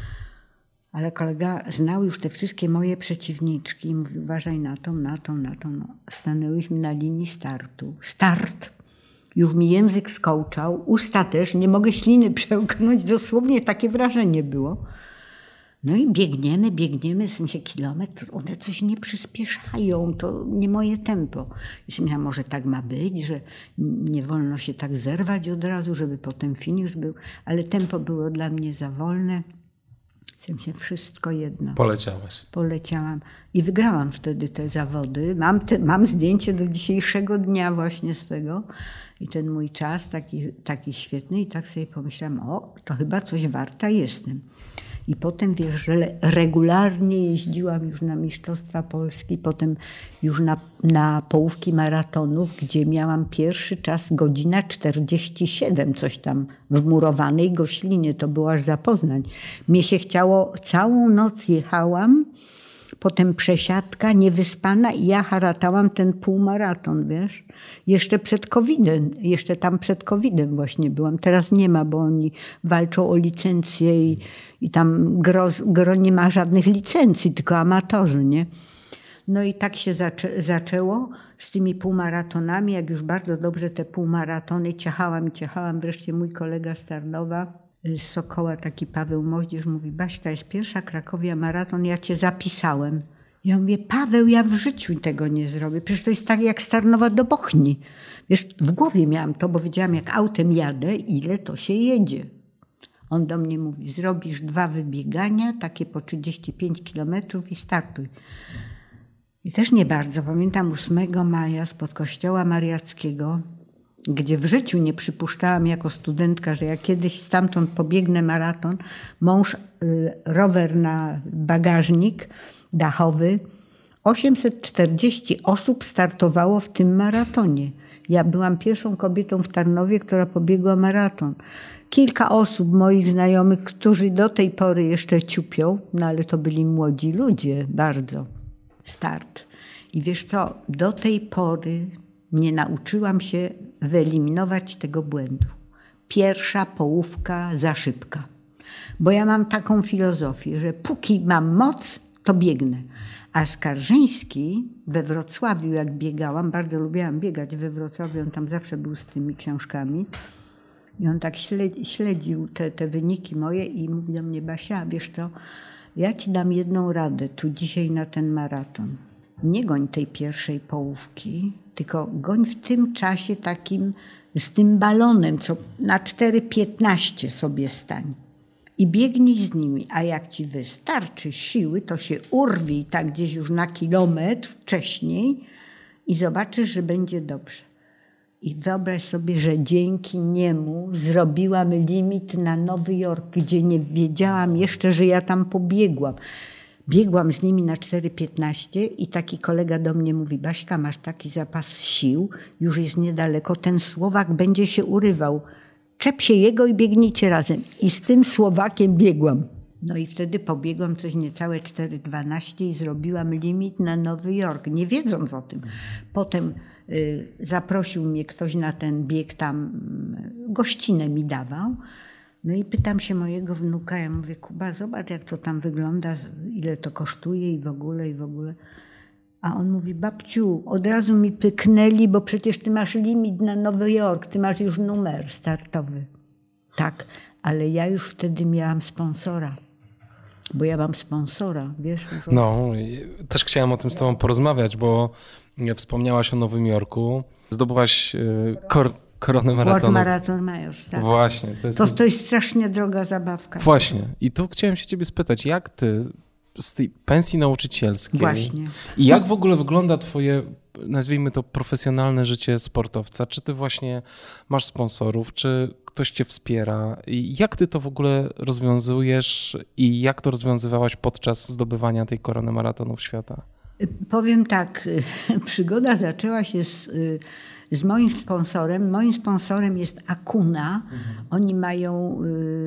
S2: Ale kolega znał już te wszystkie moje przeciwniczki i mówił, uważaj na tą, na tą, na tą. No, stanęłyśmy na linii startu. Start. Już mi język skołczał, usta też. Nie mogę śliny przełknąć. Dosłownie takie wrażenie było. No i biegniemy, biegniemy, w sensie kilometr, one coś nie przyspieszają, to nie moje tempo. I myślałam, może tak ma być, że nie wolno się tak zerwać od razu, żeby potem finisz był, ale tempo było dla mnie za wolne. W sensie wszystko jedno.
S1: Poleciałaś.
S2: Poleciałam i wygrałam wtedy te zawody. Mam, te, mam zdjęcie do dzisiejszego dnia właśnie z tego. I ten mój czas taki, taki świetny. I tak sobie pomyślałam, o, to chyba coś warta jestem. I potem, wiesz, że regularnie jeździłam już na Mistrzostwa Polski, potem już na, na połówki maratonów, gdzie miałam pierwszy czas godzina czterdzieści siedem, coś tam w Murowanej Goślinie, to było aż za Poznań. Mnie się chciało, całą noc jechałam, potem przesiadka, niewyspana i ja haratałam ten półmaraton, wiesz. Jeszcze przed kowidem, jeszcze tam przed kowidem właśnie byłam. Teraz nie ma, bo oni walczą o licencję i, i tam gro, gro nie ma żadnych licencji, tylko amatorzy, nie? No i tak się zaczę, zaczęło z tymi półmaratonami. Jak już bardzo dobrze te półmaratony ciachałam i ciachałam, wreszcie mój kolega z Tarnowa, z Sokoła, taki Paweł Moździerz, mówi: Baśka, jest pierwsza Krakowia maraton, ja cię zapisałem. Ja mówię: Paweł, ja w życiu tego nie zrobię. Przecież to jest tak jak z Tarnowa do Bochni. Wiesz, w głowie miałam to, bo wiedziałam, jak autem jadę, ile to się jedzie. On do mnie mówi: zrobisz dwa wybiegania, takie po trzydzieści pięć kilometrów i startuj. I też nie bardzo. Pamiętam ósmego maja spod kościoła mariackiego, gdzie w życiu nie przypuszczałam jako studentka, że ja kiedyś stamtąd pobiegnę maraton. Mąż, y, rower na bagażnik dachowy. osiemset czterdzieści osób startowało w tym maratonie. Ja byłam pierwszą kobietą w Tarnowie, która pobiegła maraton. Kilka osób moich znajomych, którzy do tej pory jeszcze ciupią, no ale to byli młodzi ludzie, bardzo. Start. I wiesz co, do tej pory nie nauczyłam się wyeliminować tego błędu. Pierwsza połówka za szybka. Bo ja mam taką filozofię, że póki mam moc, to biegnę. A Skarżyński we Wrocławiu, jak biegałam, bardzo lubiłam biegać we Wrocławiu, on tam zawsze był z tymi książkami. I on tak śledził te, te wyniki moje i mówi do mnie: Basia, wiesz co, ja ci dam jedną radę tu dzisiaj na ten maraton. Nie goń tej pierwszej połówki, tylko goń w tym czasie takim z tym balonem, co na cztery piętnaście sobie stań. I biegnij z nimi, a jak ci wystarczy siły, to się urwij tak gdzieś już na kilometr wcześniej i zobaczysz, że będzie dobrze. I wyobraź sobie, że dzięki niemu zrobiłam limit na Nowy Jork, gdzie nie wiedziałam jeszcze, że ja tam pobiegłam. Biegłam z nimi na cztery piętnaście i taki kolega do mnie mówi: Baśka, masz taki zapas sił, już jest niedaleko, ten Słowak będzie się urywał. Czep się jego i biegnijcie razem. I z tym Słowakiem biegłam. No i wtedy pobiegłam coś niecałe cztery dwanaście i zrobiłam limit na Nowy Jork, nie wiedząc o tym. Potem y, zaprosił mnie ktoś na ten bieg, tam y, gościnę mi dawał. No i pytam się mojego wnuka, ja mówię: Kuba, zobacz, jak to tam wygląda, ile to kosztuje i w ogóle, i w ogóle. A on mówi: babciu, od razu mi pyknęli, bo przecież ty masz limit na Nowy Jork, ty masz już numer startowy. Tak, ale ja już wtedy miałam sponsora, bo ja mam sponsora, wiesz. Już od...
S1: No, też chciałem o tym z tobą porozmawiać, bo wspomniałaś o Nowym Jorku, zdobyłaś kor- koronę maratonu.
S2: World Marathon Majors, tak.
S1: Właśnie. To jest,
S2: to, to jest strasznie droga zabawka.
S1: Właśnie. I tu chciałem się ciebie spytać, jak ty z tej pensji nauczycielskiej
S2: Właśnie.
S1: i jak w ogóle wygląda twoje, nazwijmy to, profesjonalne życie sportowca? Czy ty właśnie masz sponsorów, czy ktoś cię wspiera? I jak ty to w ogóle rozwiązujesz i jak to rozwiązywałaś podczas zdobywania tej korony maratonów świata?
S2: Powiem tak, przygoda zaczęła się z, z moim sponsorem. Moim sponsorem jest Akuna. Mhm. Oni mają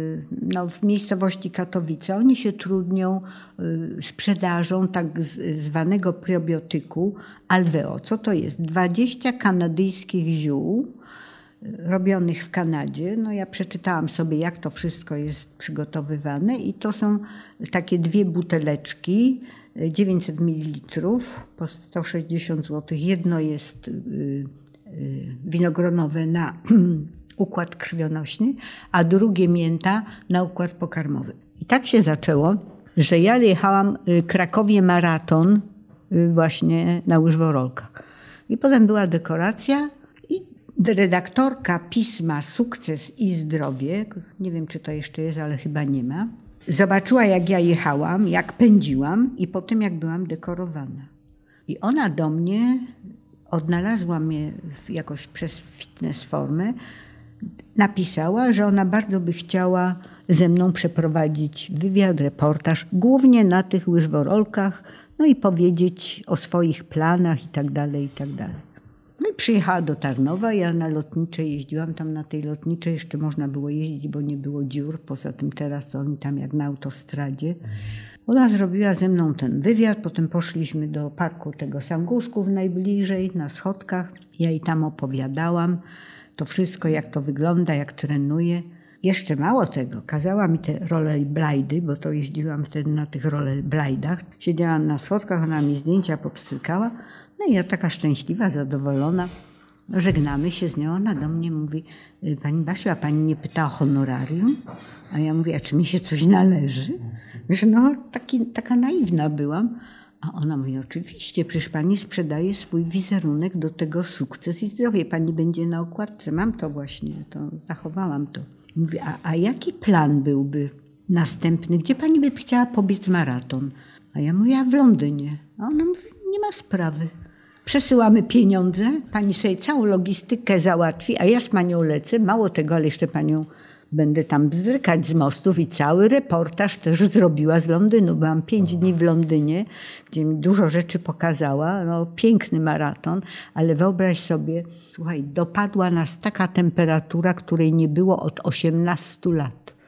S2: no, w miejscowości Katowice. Oni się trudnią sprzedażą tak zwanego probiotyku Alveo. Co to jest? dwadzieścia kanadyjskich ziół robionych w Kanadzie. No ja przeczytałam sobie, jak to wszystko jest przygotowywane i to są takie dwie buteleczki, dziewięćset mililitrów po sto sześćdziesiąt złotych. Jedno jest winogronowe na układ krwionośny, a drugie mięta na układ pokarmowy. I tak się zaczęło, że ja jechałam Krakowie maraton właśnie na łyżworolkach. I potem była dekoracja i redaktorka pisma Sukces i Zdrowie, nie wiem, czy to jeszcze jest, ale chyba nie ma, zobaczyła, jak ja jechałam, jak pędziłam i potem jak byłam dekorowana. I ona do mnie, odnalazła mnie jakoś przez fitness formę, napisała, że ona bardzo by chciała ze mną przeprowadzić wywiad, reportaż, głównie na tych łyżworolkach, no i powiedzieć o swoich planach i tak dalej, i tak dalej. No i przyjechała do Tarnowa, ja na lotniczej jeździłam, tam na tej lotniczej jeszcze można było jeździć, bo nie było dziur, poza tym teraz to oni tam jak na autostradzie. Ona zrobiła ze mną ten wywiad, potem poszliśmy do parku tego Sanguszków najbliżej, na schodkach. Ja jej tam opowiadałam to wszystko, jak to wygląda, jak trenuję. Jeszcze mało tego, kazała mi te rollerblady, bo to jeździłam wtedy na tych rollerbladach. Siedziałam na schodkach, ona mi zdjęcia popstrykała. No i ja taka szczęśliwa, zadowolona. Żegnamy się z nią. Ona do mnie mówi: pani Basiu, a pani nie pyta o honorarium? A ja mówię: a czy mi się coś należy? Wiesz, no taki, taka naiwna byłam. A ona mówi: oczywiście, przecież pani sprzedaje swój wizerunek do tego Sukces i Zdrowie. Pani będzie na okładce. Mam to właśnie, to zachowałam to. Mówi: a, a jaki plan byłby następny? Gdzie pani by chciała pobiec maraton? A ja mówię: a w Londynie. A ona mówi: nie ma sprawy. Przesyłamy pieniądze, pani sobie całą logistykę załatwi, a ja z panią lecę. Mało tego, ale jeszcze panią będę tam bzdrykać z mostów i cały reportaż też zrobiła z Londynu. Byłam pięć dni w Londynie, gdzie mi dużo rzeczy pokazała. No, piękny maraton, ale wyobraź sobie, słuchaj, dopadła nas taka temperatura, której nie było od osiemnastu lat.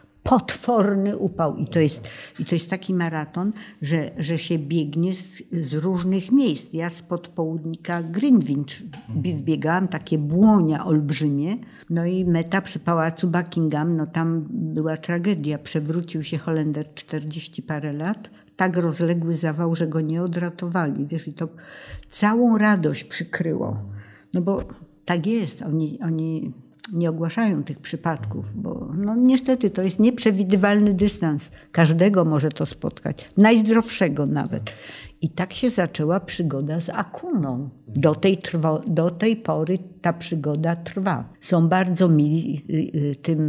S2: Potworny upał. I to jest, i to jest taki maraton, że, że się biegnie z, z różnych miejsc. Ja spod południka Greenwich wbiegałam, takie błonia olbrzymie. No i meta przy pałacu Buckingham, no tam była tragedia. Przewrócił się Holender czterdzieści parę lat. Tak rozległy zawał, że go nie odratowali. Wiesz, i to całą radość przykryło. No bo tak jest. Oni... oni nie ogłaszają tych przypadków, bo no niestety to jest nieprzewidywalny dystans. Każdego może to spotkać, najzdrowszego nawet. I tak się zaczęła przygoda z Akuną. Do tej, trwa, do tej pory ta przygoda trwa. Są bardzo mili tym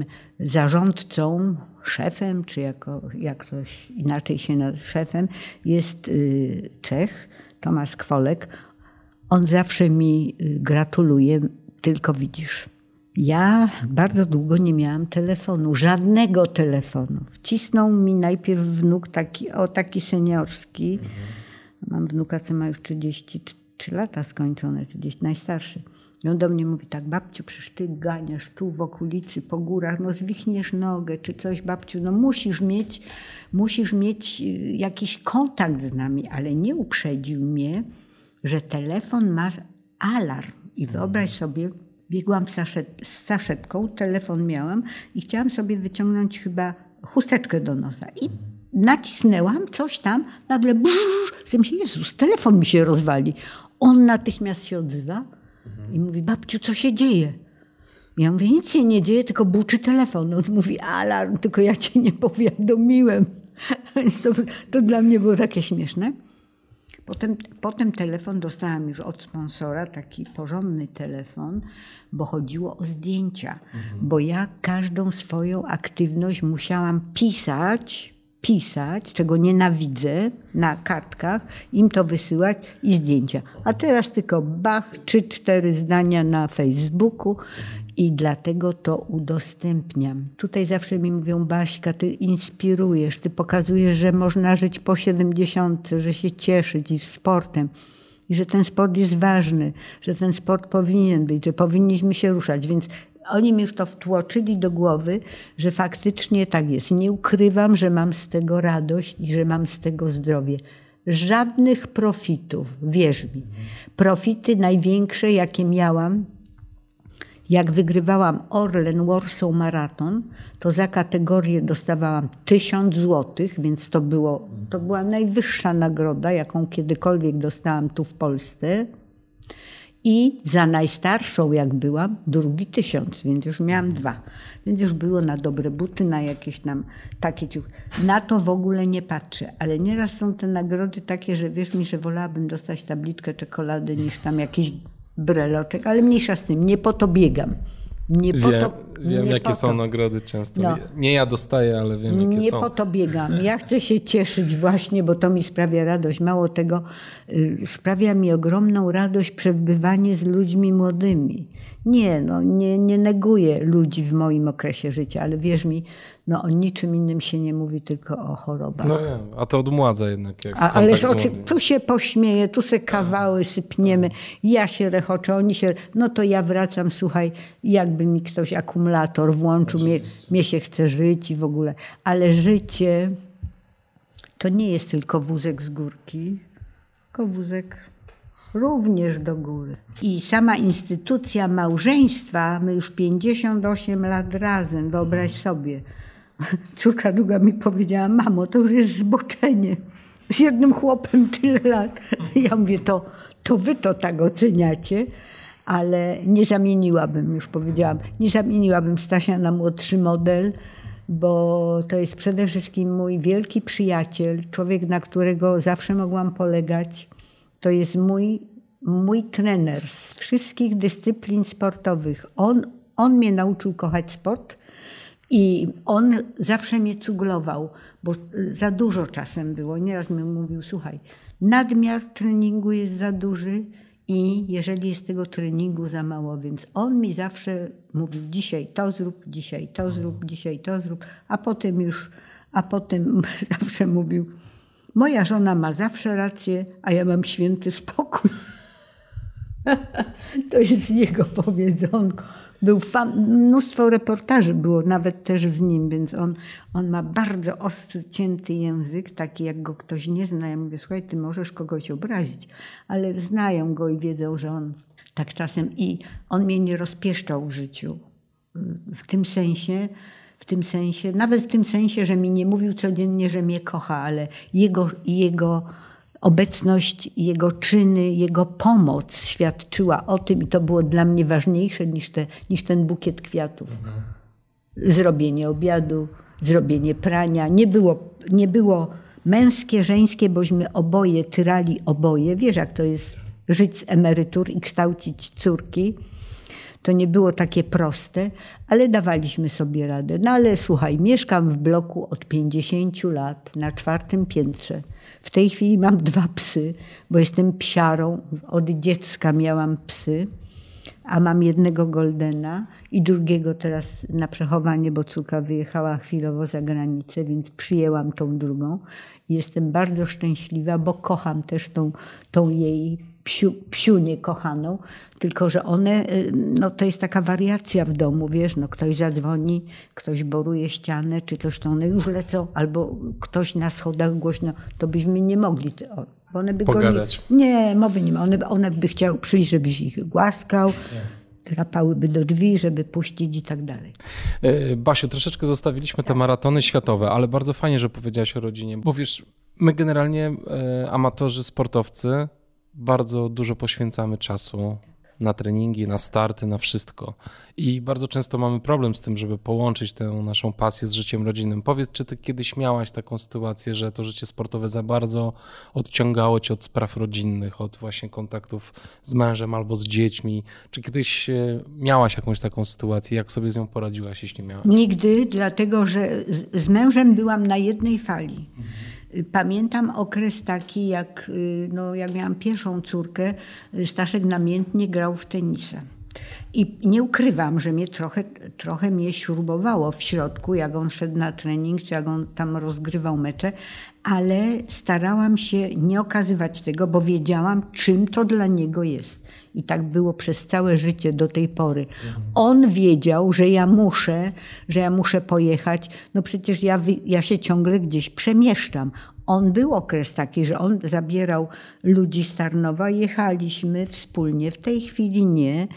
S2: zarządcą, szefem, czy jako, jak ktoś inaczej się nazywa, szefem, jest Czech, Tomasz Kwolek. On zawsze mi gratuluje, tylko widzisz, ja bardzo długo nie miałam telefonu, żadnego telefonu. Wcisnął mi najpierw wnuk taki, o taki seniorski. Mhm. Mam wnuka, co ma już trzydzieści trzy lata skończone, trzydzieści, najstarszy. I on do mnie mówi tak: babciu, przecież ty ganiasz tu w okolicy, po górach, no zwichniesz nogę czy coś, babciu, no musisz mieć, musisz mieć jakiś kontakt z nami. Ale nie uprzedził mnie, że telefon ma alarm. I wyobraź sobie, biegłam z, saszet, z saszetką, telefon miałam i chciałam sobie wyciągnąć chyba chusteczkę do nosa. I nacisnęłam coś tam, nagle brrr, myślę: Jezus, telefon mi się rozwali. On natychmiast się odzywa i mówi: babciu, co się dzieje? Ja mówię: nic się nie dzieje, tylko buczy telefon. On mówi: alarm, tylko ja cię nie powiadomiłem. Więc to, to dla mnie było takie śmieszne. Potem, potem telefon dostałam już od sponsora, taki porządny telefon, bo chodziło o zdjęcia. Mhm. Bo ja każdą swoją aktywność musiałam pisać, pisać, czego nienawidzę, na kartkach, im to wysyłać i zdjęcia. A teraz tylko bach, trzy, cztery zdania na Facebooku i dlatego to udostępniam. Tutaj zawsze mi mówią: Baśka, ty inspirujesz, ty pokazujesz, że można żyć po siedemdziesiątce, że się cieszyć i sportem. I że ten sport jest ważny, że ten sport powinien być, że powinniśmy się ruszać. Więc oni mi już to wtłoczyli do głowy, że faktycznie tak jest. Nie ukrywam, że mam z tego radość i że mam z tego zdrowie. Żadnych profitów, wierz mi. Profity największe, jakie miałam, jak wygrywałam Orlen Warsaw Marathon, to za kategorię dostawałam tysiąc złotych, więc to, było, to była najwyższa nagroda, jaką kiedykolwiek dostałam tu w Polsce. I za najstarszą, jak byłam, drugi tysiąc, więc już miałam dwa. Więc już było na dobre buty, na jakieś tam takie ciuchy. Na to w ogóle nie patrzę, ale nieraz są te nagrody takie, że wierz mi, że wolałabym dostać tabliczkę czekolady niż tam jakiś breloczek, ale mniejsza z tym, nie po to biegam. Nie po
S1: Wie,
S2: to...
S1: wiem,
S2: nie
S1: jakie są nagrody często.
S2: No.
S1: Nie ja dostaję, ale wiem, jakie
S2: nie
S1: są.
S2: Nie po to biegam. Ja chcę się cieszyć właśnie, bo to mi sprawia radość. Mało tego, y, sprawia mi ogromną radość przebywanie z ludźmi młodymi. Nie, no, nie, nie neguję ludzi w moim okresie życia, ale wierz mi, no, o niczym innym się nie mówi, tylko o chorobach.
S1: No ja, a to odmładza jednak. Jak
S2: a, ależ oczy, tu się pośmieje, tu se kawały sypniemy, ja się rechoczę, oni się... No to ja wracam, słuchaj, jakby mi ktoś akumulator włączył, mnie, mnie się chce żyć i w ogóle. Ale życie to nie jest tylko wózek z górki, tylko wózek również do góry. I sama instytucja małżeństwa, my już pięćdziesiąt osiem lat razem, wyobraź sobie. Córka druga mi powiedziała, mamo, to już jest zboczenie. Z jednym chłopem tyle lat. Ja mówię, to, to wy to tak oceniacie, ale nie zamieniłabym, już powiedziałam, nie zamieniłabym Stasia na młodszy model, bo to jest przede wszystkim mój wielki przyjaciel, człowiek, na którego zawsze mogłam polegać. To jest mój, mój trener z wszystkich dyscyplin sportowych. On, on mnie nauczył kochać sport i on zawsze mnie cuglował, bo za dużo czasem było. Nieraz mi mówił, słuchaj, nadmiar treningu jest za duży i jeżeli jest tego treningu za mało, więc on mi zawsze mówił, dzisiaj to zrób, dzisiaj to zrób, dzisiaj to zrób, a potem już, a potem zawsze mówił, moja żona ma zawsze rację, a ja mam święty spokój. To jest jego powiedzonko. Był fan, mnóstwo reportaży było nawet też z nim, więc on, on ma bardzo ostry, cięty język, taki jak go ktoś nie zna. Ja mówię, słuchaj, ty możesz kogoś obrazić, ale znają go i wiedzą, że on tak czasem... I on mnie nie rozpieszczał w życiu. W tym sensie... W tym sensie, nawet w tym sensie, że mi nie mówił codziennie, że mnie kocha, ale jego, jego obecność, jego czyny, jego pomoc świadczyła o tym i to było dla mnie ważniejsze niż, te, niż ten bukiet kwiatów. Mhm. Zrobienie obiadu, zrobienie prania. Nie było, nie było męskie, żeńskie, bośmy oboje tyrali oboje. Wiesz, jak to jest żyć z emerytur i kształcić córki. To nie było takie proste, ale dawaliśmy sobie radę. No ale słuchaj, mieszkam w bloku od pięćdziesięciu lat na czwartym piętrze. W tej chwili mam dwa psy, bo jestem psiarą. Od dziecka miałam psy, a mam jednego goldena i drugiego teraz na przechowanie, bo córka wyjechała chwilowo za granicę, więc przyjęłam tą drugą. I jestem bardzo szczęśliwa, bo kocham też tą, tą jej psiu, psiunię kochaną, tylko że one, no to jest taka wariacja w domu, wiesz, no ktoś zadzwoni, ktoś boruje ścianę, czy coś, to one już lecą, albo ktoś na schodach głośno, to byśmy nie mogli, o, bo one by
S1: pogadać.
S2: Go nie, nie, mowy nie ma, one, one by chciały przyjść, żebyś ich głaskał, drapałyby do drzwi, żeby puścić i tak dalej.
S1: Basiu, troszeczkę zostawiliśmy te maratony światowe, ale bardzo fajnie, że powiedziałaś o rodzinie, bo wiesz, my generalnie amatorzy, sportowcy bardzo dużo poświęcamy czasu na treningi, na starty, na wszystko. I bardzo często mamy problem z tym, żeby połączyć tę naszą pasję z życiem rodzinnym. Powiedz, czy ty kiedyś miałaś taką sytuację, że to życie sportowe za bardzo odciągało cię od spraw rodzinnych, od właśnie kontaktów z mężem albo z dziećmi? Czy kiedyś miałaś jakąś taką sytuację? Jak sobie z nią poradziłaś, jeśli miałaś?
S2: Nigdy, dlatego że z mężem byłam na jednej fali. Mhm. Pamiętam okres taki, jak, no, jak miałam pierwszą córkę, Staszek namiętnie grał w tenisa. I nie ukrywam, że mnie trochę, trochę mnie śrubowało w środku, jak on szedł na trening, czy jak on tam rozgrywał mecze, ale starałam się nie okazywać tego, bo wiedziałam, czym to dla niego jest. I tak było przez całe życie do tej pory. On wiedział, że ja muszę, że ja muszę pojechać. No przecież ja, ja się ciągle gdzieś przemieszczam. On był okres taki, że on zabierał ludzi z Tarnowa, jechaliśmy wspólnie. W tej chwili nie.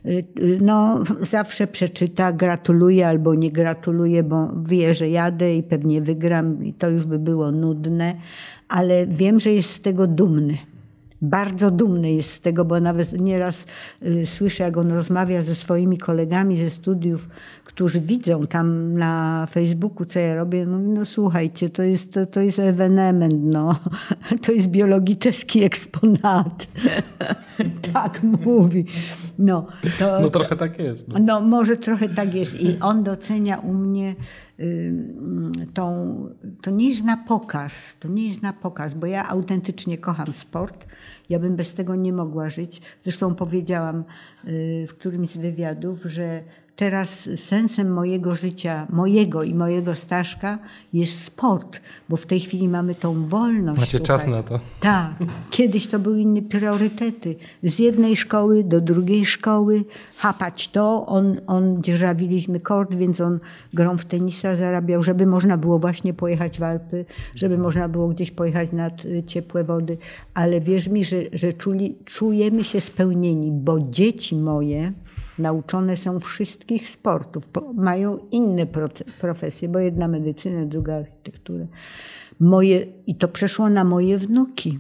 S2: No, zawsze przeczyta, gratuluję albo nie gratuluję, bo wie, że jadę i pewnie wygram i to już by było nudne, ale wiem, że jest z tego dumny. Bardzo dumny jest z tego, bo nawet nieraz y, słyszę, jak on rozmawia ze swoimi kolegami ze studiów, którzy widzą tam na Facebooku, co ja robię. No, no słuchajcie, to jest, to, to jest ewenement, no. To jest biologiczny eksponat. tak mówi. No, to,
S1: no trochę tak jest. No.
S2: no może trochę tak jest i on docenia u mnie y, tą, to nie jest na pokaz, to nie jest na pokaz, bo ja autentycznie kocham sport, ja bym bez tego nie mogła żyć. Zresztą powiedziałam y, w którymś z wywiadów, że teraz sensem mojego życia, mojego i mojego Staszka jest sport, bo w tej chwili mamy tą wolność.
S1: Macie
S2: słuchaj.
S1: czas na to.
S2: Tak. Kiedyś to były inne priorytety. Z jednej szkoły do drugiej szkoły, chapać to. On, on dzierżawiliśmy kort, więc on grą w tenisa zarabiał, żeby można było właśnie pojechać w Alpy, żeby można było gdzieś pojechać nad ciepłe wody. Ale wierz mi, że, że czuli, czujemy się spełnieni, bo dzieci moje nauczone są wszystkich sportów, mają inne profesje, bo jedna medycynę, druga architekturę. Moje, i to przeszło na moje wnuki.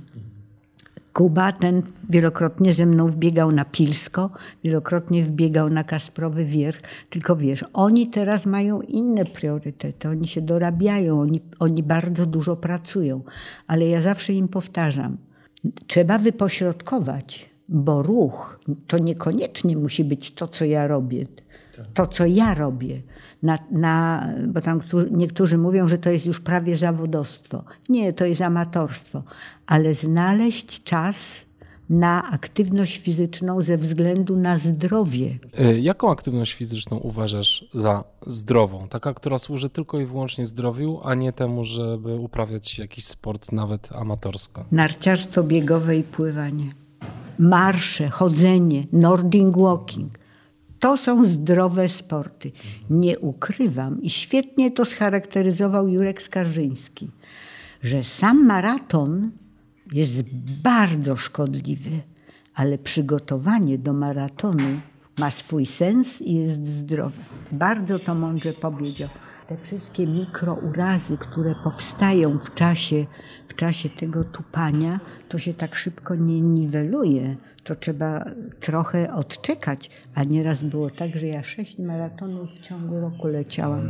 S2: Kuba ten wielokrotnie ze mną wbiegał na Pilsko, wielokrotnie wbiegał na Kasprowy Wierch, tylko wiesz, oni teraz mają inne priorytety, oni się dorabiają, oni, oni bardzo dużo pracują, ale ja zawsze im powtarzam, trzeba wypośrodkować, bo ruch to niekoniecznie musi być to, co ja robię. To, co ja robię. Na, na, bo tam niektórzy mówią, że to jest już prawie zawodowstwo. Nie, to jest amatorstwo. Ale znaleźć czas na aktywność fizyczną ze względu na zdrowie.
S1: Jaką aktywność fizyczną uważasz za zdrową? Taka, która służy tylko i wyłącznie zdrowiu, a nie temu, żeby uprawiać jakiś sport nawet amatorsko?
S2: Narciarstwo biegowe i pływanie. Marsze, chodzenie, Nordic walking. To są zdrowe sporty. Nie ukrywam i świetnie to scharakteryzował Jurek Skarżyński, że sam maraton jest bardzo szkodliwy, ale przygotowanie do maratonu ma swój sens i jest zdrowe. Bardzo to mądrze powiedział. Te wszystkie mikrourazy, które powstają w czasie, w czasie tego tupania, to się tak szybko nie niweluje. To trzeba trochę odczekać. A nieraz było tak, że ja sześć maratonów w ciągu roku leciałam.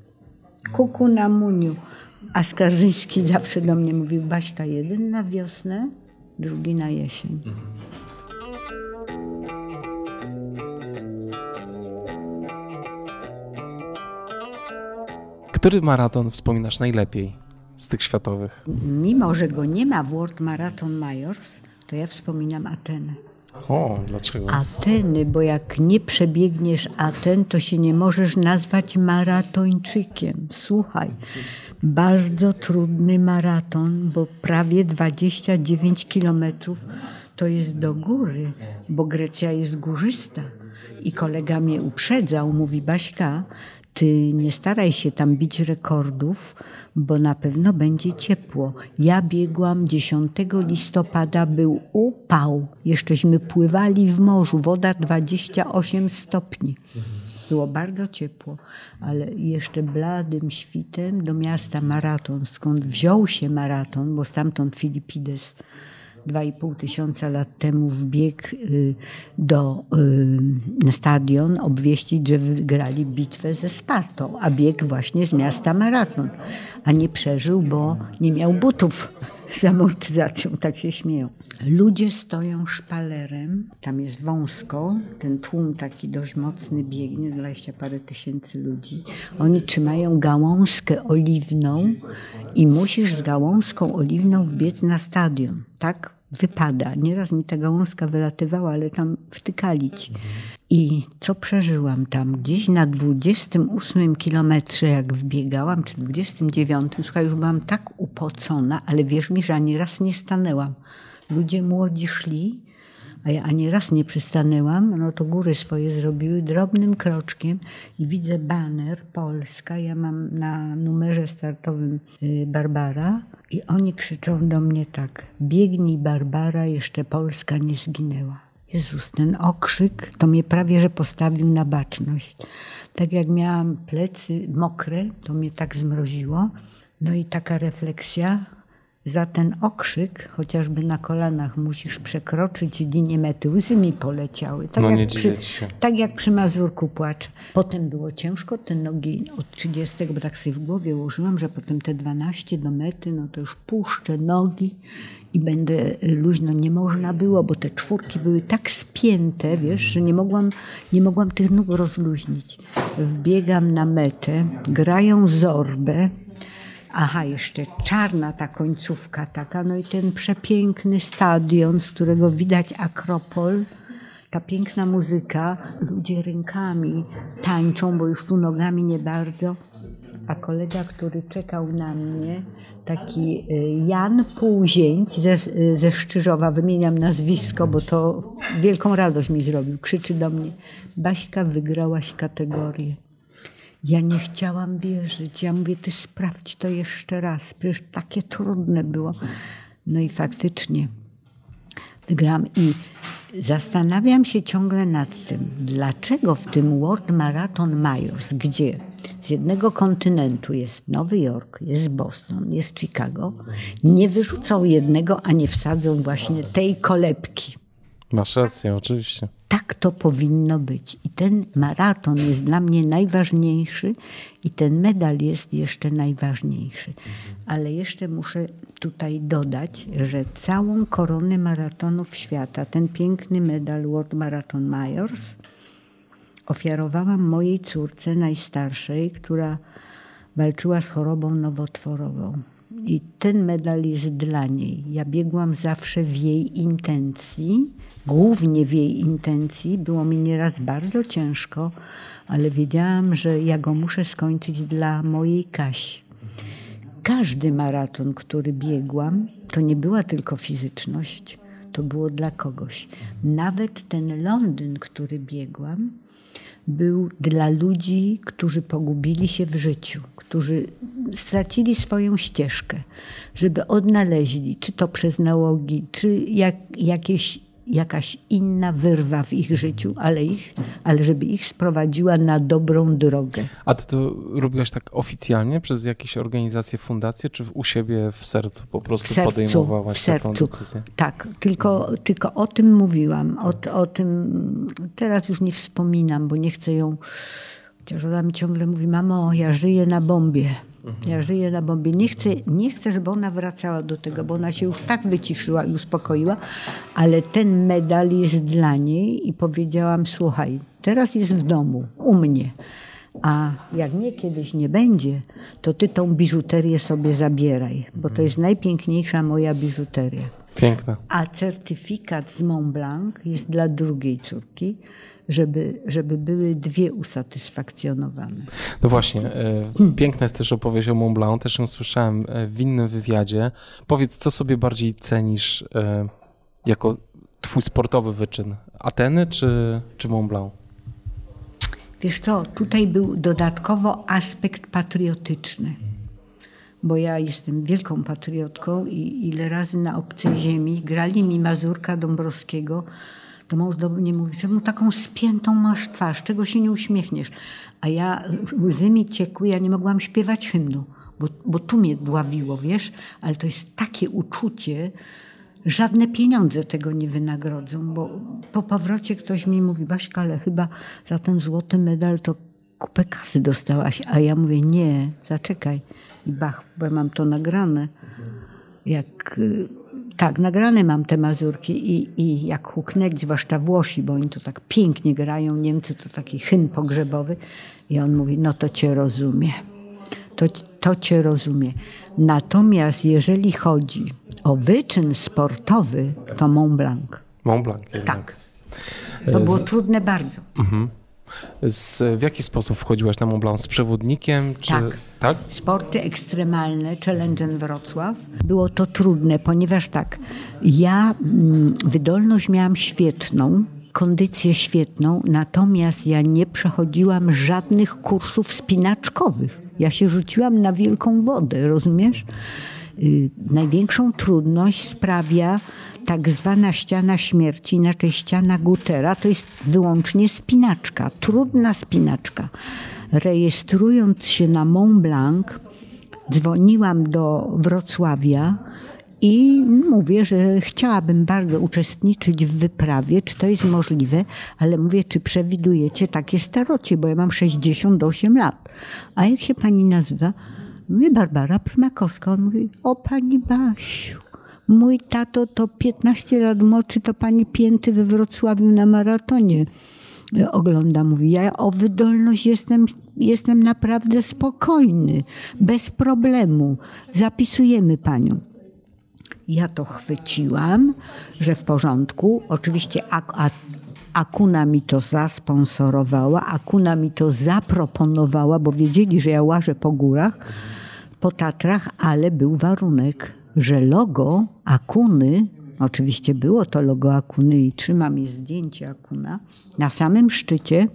S2: Kuku na muniu. A Skarżyński zawsze do mnie mówił, Baśka, jeden na wiosnę, drugi na jesień.
S1: Który maraton wspominasz najlepiej z tych światowych?
S2: Mimo, że go nie ma w World Marathon Majors, to ja wspominam Ateny.
S1: O, dlaczego?
S2: Ateny, bo jak nie przebiegniesz Aten, to się nie możesz nazwać maratończykiem. Słuchaj, bardzo trudny maraton, bo prawie dwadzieścia dziewięć kilometrów to jest do góry, bo Grecja jest górzysta. I kolega mnie uprzedzał, mówi, Baśka, ty nie staraj się tam bić rekordów, bo na pewno będzie ciepło. Ja biegłam dziesiątego listopada, był upał. Jeszcześmy pływali w morzu, woda dwadzieścia osiem stopni. Było bardzo ciepło, ale jeszcze bladym świtem do miasta Maraton, skąd wziął się maraton, bo stamtąd Filipides dwa i pół tysiąca lat temu wbiegł do, na stadion obwieścić, że wygrali bitwę ze Spartą, a biegł właśnie z miasta Maraton, a nie przeżył, bo nie miał butów z amortyzacją, tak się śmieją. Ludzie stoją szpalerem, tam jest wąsko, ten tłum taki dość mocny biegnie, dwadzieścia parę tysięcy ludzi. Oni trzymają gałązkę oliwną i musisz z gałązką oliwną wbiec na stadion, tak? Wypada. Nieraz mi ta gałązka wylatywała, ale tam wtykali ci. I co przeżyłam tam? Gdzieś na dwudziestym ósmym kilometrze, jak wbiegałam, czy dwudziestym dziewiątym, słuchaj, już byłam tak upocona, ale wierz mi, że ani raz nie stanęłam. Ludzie młodzi szli, a ja ani raz nie przystanęłam, no to góry swoje zrobiły drobnym kroczkiem i widzę baner Polska, ja mam na numerze startowym Barbara i oni krzyczą do mnie tak, biegnij Barbara, jeszcze Polska nie zginęła. Jezus, ten okrzyk to mnie prawie, że postawił na baczność. Tak jak miałam plecy mokre, to mnie tak zmroziło. No i taka refleksja, za ten okrzyk, chociażby na kolanach musisz przekroczyć linię mety, łzy mi poleciały. Tak,
S1: no
S2: jak
S1: nie
S2: przy,
S1: się.
S2: tak jak przy Mazurku płaczę. Potem było ciężko, te nogi od trzydziestego, bo tak sobie w głowie ułożyłam, że potem te dwanaście do mety, no to już puszczę nogi i będę luźno. Nie można było, bo te czwórki były tak spięte, wiesz, że nie mogłam, nie mogłam tych nóg rozluźnić. Wbiegam na metę, grają zorbę. Aha, jeszcze czarna ta końcówka taka, no i ten przepiękny stadion, z którego widać Akropol, ta piękna muzyka, ludzie rękami tańczą, bo już tu nogami nie bardzo, a kolega, który czekał na mnie, taki Jan Półzięć ze, ze Szczyżowa, wymieniam nazwisko, bo to wielką radość mi zrobił, krzyczy do mnie: Baśka, wygrałaś kategorię. Ja nie chciałam wierzyć. Ja mówię, ty sprawdź to jeszcze raz. Przecież takie trudne było. No i faktycznie wygrałam. I zastanawiam się ciągle nad tym, dlaczego w tym World Marathon Majors, gdzie z jednego kontynentu jest Nowy Jork, jest Boston, jest Chicago, nie wyrzucą jednego, a nie wsadzą właśnie tej kolebki.
S1: Masz rację, oczywiście.
S2: Tak to powinno być. I ten maraton jest dla mnie najważniejszy i ten medal jest jeszcze najważniejszy. Ale jeszcze muszę tutaj dodać, że całą koronę maratonów świata, ten piękny medal World Marathon Majors, ofiarowałam mojej córce najstarszej, która walczyła z chorobą nowotworową. I ten medal jest dla niej. Ja biegłam zawsze w jej intencji, głównie w jej intencji. Było mi nieraz bardzo ciężko, ale wiedziałam, że ja go muszę skończyć dla mojej Kasi. Każdy maraton, który biegłam, to nie była tylko fizyczność, to było dla kogoś. Nawet ten Londyn, który biegłam, był dla ludzi, którzy pogubili się w życiu, którzy stracili swoją ścieżkę, żeby odnaleźli, czy to przez nałogi, czy jak, jakieś, jakaś inna wyrwa w ich życiu, ale, ich, ale żeby ich sprowadziła na dobrą drogę.
S1: A ty to robiłaś tak oficjalnie przez jakieś organizacje, fundacje, czy u siebie w sercu po prostu w sercu, podejmowałaś
S2: w sercu.
S1: taką decyzję? Tak,
S2: tylko, tylko o tym mówiłam, o, o tym teraz już nie wspominam, bo nie chcę ją, chociaż ona mi ciągle mówi: mamo, ja żyję na bombie. Ja żyję na bombie. Nie chcę, nie chcę, żeby ona wracała do tego, bo ona się już tak wyciszyła i uspokoiła, ale ten medal jest dla niej i powiedziałam: słuchaj, teraz jest w domu, u mnie, a jak mnie kiedyś nie będzie, to ty tą biżuterię sobie zabieraj, bo to jest najpiękniejsza moja biżuteria.
S1: Piękna. A
S2: certyfikat z Mont Blanc jest dla drugiej córki, żeby, żeby były dwie usatysfakcjonowane.
S1: No właśnie, piękna jest też opowieść o Mont Blanc, też ją słyszałem w innym wywiadzie. Powiedz, co sobie bardziej cenisz jako twój sportowy wyczyn? Ateny czy, czy Mont Blanc?
S2: Wiesz co, tutaj był dodatkowo aspekt patriotyczny, bo ja jestem wielką patriotką i ile razy na obcej ziemi grali mi Mazurka Dąbrowskiego, to mąż do mnie mówi: czemu taką spiętą masz twarz, czego się nie uśmiechniesz? A ja, łzy mi ciekły, ja nie mogłam śpiewać hymnu, bo, bo tu mnie dławiło, wiesz, ale to jest takie uczucie, żadne pieniądze tego nie wynagrodzą, bo po powrocie ktoś mi mówi: Baśka, ale chyba za ten złoty medal to kupę kasy dostałaś. A ja mówię: nie, zaczekaj. I bach, bo mam to nagrane. Jak, tak, nagrane mam te mazurki i, i jak huknęli, zwłaszcza Włosi, bo oni to tak pięknie grają, Niemcy to taki hymn pogrzebowy. I on mówi: no to cię rozumie. To, to cię rozumie. Natomiast jeżeli chodzi o wyczyn sportowy, to Mont Blanc.
S1: Mont Blanc, jednak.
S2: Tak. To było Z... trudne bardzo.
S1: Mhm. Z, w jaki sposób wchodziłaś na Mont Blanc? Z przewodnikiem? Czy...
S2: Tak.
S1: tak.
S2: Sporty ekstremalne, Challenge Wrocław. Było to trudne, ponieważ tak, ja mm, wydolność miałam świetną, kondycję świetną, natomiast ja nie przechodziłam żadnych kursów spinaczkowych. Ja się rzuciłam na wielką wodę, rozumiesz? Yy, największą trudność sprawia tak zwana ściana śmierci, inaczej ściana Gutera, to jest wyłącznie spinaczka, trudna spinaczka. Rejestrując się na Mont Blanc, dzwoniłam do Wrocławia I mówię, że chciałabym bardzo uczestniczyć w wyprawie, czy to jest możliwe, ale mówię, czy przewidujecie takie starocie, bo ja mam sześćdziesiąt osiem lat. A jak się pani nazywa? Mówię, Barbara Prymakowska. On mówi, o pani Basiu, mój tato to piętnaście lat młodszy, to pani pięty we Wrocławiu na maratonie ogląda. Mówi, ja o wydolność jestem, jestem naprawdę spokojny, bez problemu. Zapisujemy panią. Ja to chwyciłam, że w porządku. Oczywiście Akuna mi to zasponsorowała, Akuna mi to zaproponowała, bo wiedzieli, że ja łażę po górach, po Tatrach, ale był warunek, że logo Akuny, oczywiście było to logo Akuny i trzymam je zdjęcie Akuna, na samym szczycie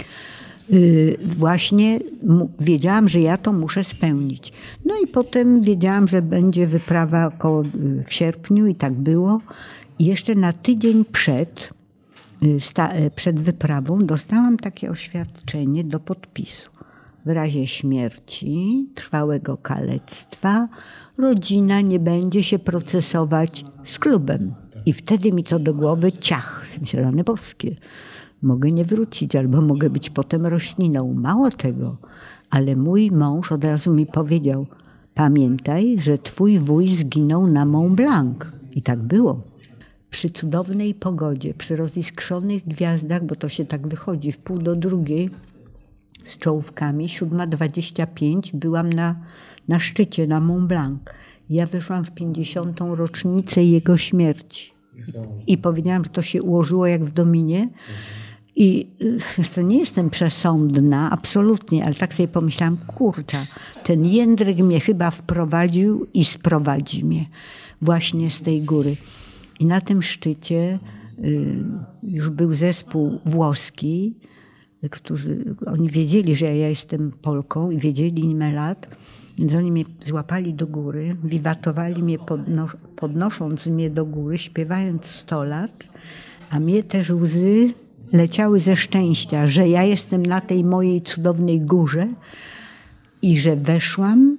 S2: yy, właśnie mu, wiedziałam, że ja to muszę spełnić. No i potem wiedziałam, że będzie wyprawa około w sierpniu i tak było. I jeszcze na tydzień przed, yy, sta, przed wyprawą dostałam takie oświadczenie do podpisu. W razie śmierci, trwałego kalectwa, rodzina nie będzie się procesować z klubem. I wtedy mi to do głowy ciach, myślę, rany boskie. Mogę nie wrócić, albo mogę być potem rośliną. Mało tego, ale mój mąż od razu mi powiedział, pamiętaj, że twój wuj zginął na Mont Blanc. I tak było. Przy cudownej pogodzie, przy roziskrzonych gwiazdach, bo to się tak wychodzi w pół do drugiej, z czołówkami, siódma dwadzieścia pięć, byłam na, na szczycie, na Mont Blanc. Ja wyszłam w pięćdziesiątą rocznicę jego śmierci. I powiedziałam, że to się ułożyło jak w dominie. I to nie jestem przesądna, absolutnie, ale tak sobie pomyślałam, kurczę, ten jędrek mnie chyba wprowadził i sprowadzi mnie właśnie z tej góry. I na tym szczycie y, już był zespół włoski, którzy, oni wiedzieli, że ja jestem Polką i wiedzieli ile lat, więc oni mnie złapali do góry, wiwatowali mnie podnos- podnosząc mnie do góry, śpiewając sto lat, a mnie też łzy leciały ze szczęścia, że ja jestem na tej mojej cudownej górze i że weszłam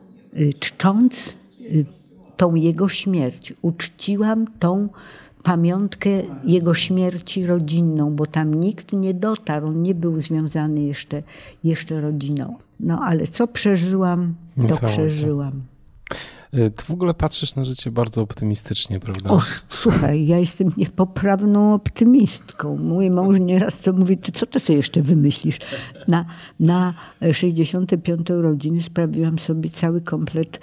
S2: czcząc tą jego śmierć. Uczciłam tą pamiątkę jego śmierci rodzinną, bo tam nikt nie dotarł, on nie był związany jeszcze, jeszcze rodziną. No ale co przeżyłam, to przeżyłam.
S1: Ty w ogóle patrzysz na życie bardzo optymistycznie, prawda?
S2: O, słuchaj, ja jestem niepoprawną optymistką. Mój mąż nieraz to mówi, ty co ty sobie jeszcze wymyślisz? Na, na sześćdziesiąte piąte urodziny sprawiłam sobie cały komplet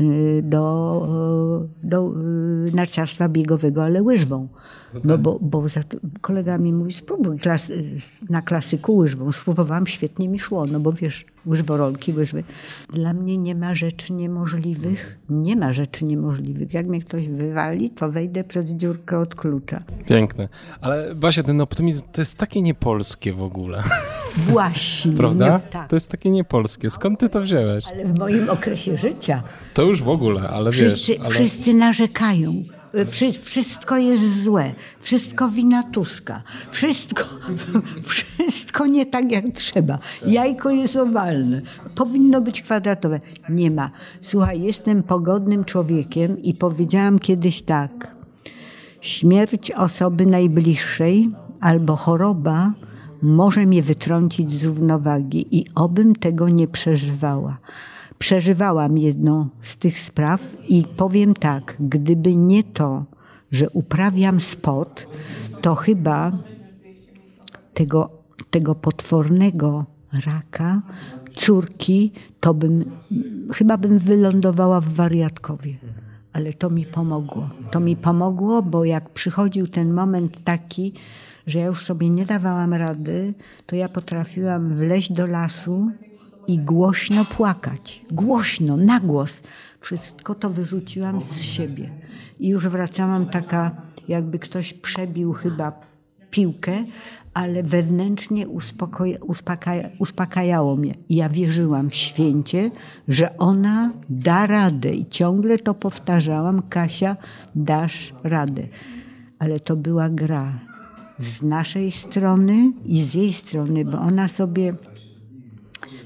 S2: do, do narciarstwa biegowego, ale łyżwą. No bo, bo za to, kolega mi mówi, spróbuj klas, na klasyku łyżwą. Spróbowałam, świetnie mi szło, no bo wiesz, łyżworolki, łyżwy. Dla mnie nie ma rzeczy niemożliwych. Nie ma rzeczy niemożliwych. Jak mnie ktoś wywali, to wejdę przez dziurkę od klucza.
S1: Piękne. Ale Basia, ten optymizm to jest takie niepolskie w ogóle.
S2: Właśnie.
S1: Prawda?
S2: Nie, tak.
S1: To jest takie niepolskie. Skąd ty to wzięłaś?
S2: Ale w moim okresie życia.
S1: To już w ogóle, ale
S2: wszyscy,
S1: wiesz. Ale...
S2: Wszyscy narzekają. Wszystko jest złe, wszystko wina Tuska, wszystko, wszystko nie tak jak trzeba. Jajko jest owalne, powinno być kwadratowe. Nie ma. Słuchaj, jestem pogodnym człowiekiem i powiedziałam kiedyś tak. Śmierć osoby najbliższej albo choroba może mnie wytrącić z równowagi i obym tego nie przeżywała. Przeżywałam jedną z tych spraw i powiem tak, gdyby nie to, że uprawiam sport, to chyba tego, tego potwornego raka, córki, to bym, chyba bym wylądowała w Wariatkowie. Ale to mi pomogło. To mi pomogło, bo jak przychodził ten moment taki, że ja już sobie nie dawałam rady, to ja potrafiłam wleźć do lasu i głośno płakać. Głośno, na głos. Wszystko to wyrzuciłam z siebie. I już wracałam taka, jakby ktoś przebił chyba piłkę, ale wewnętrznie uspokoja, uspokaja, uspokajało mnie. I ja wierzyłam święcie, że ona da radę. I ciągle to powtarzałam. Kasia, dasz radę. Ale to była gra z naszej strony i z jej strony, bo ona sobie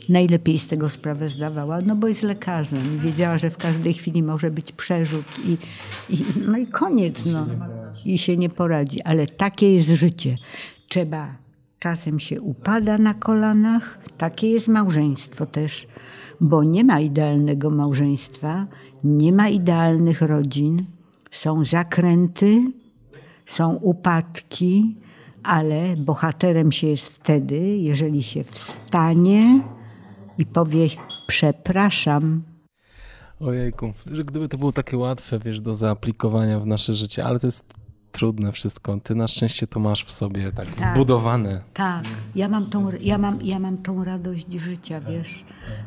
S2: najlepiej z tego sprawę zdawała, no bo jest lekarzem i wiedziała, że w każdej chwili może być przerzut i, i no i koniec, no. I się nie poradzi. Ale takie jest życie. Trzeba, czasem się upada na kolanach, takie jest małżeństwo też, bo nie ma idealnego małżeństwa, nie ma idealnych rodzin, są zakręty, są upadki, ale bohaterem się jest wtedy, jeżeli się wstanie i powie przepraszam.
S1: Ojejku, że gdyby to było takie łatwe, wiesz, do zaaplikowania w nasze życie, ale to jest trudne wszystko. Ty na szczęście to masz w sobie tak, tak wbudowane.
S2: Tak, ja mam, tą, ja, mam, ja mam tą radość życia, wiesz.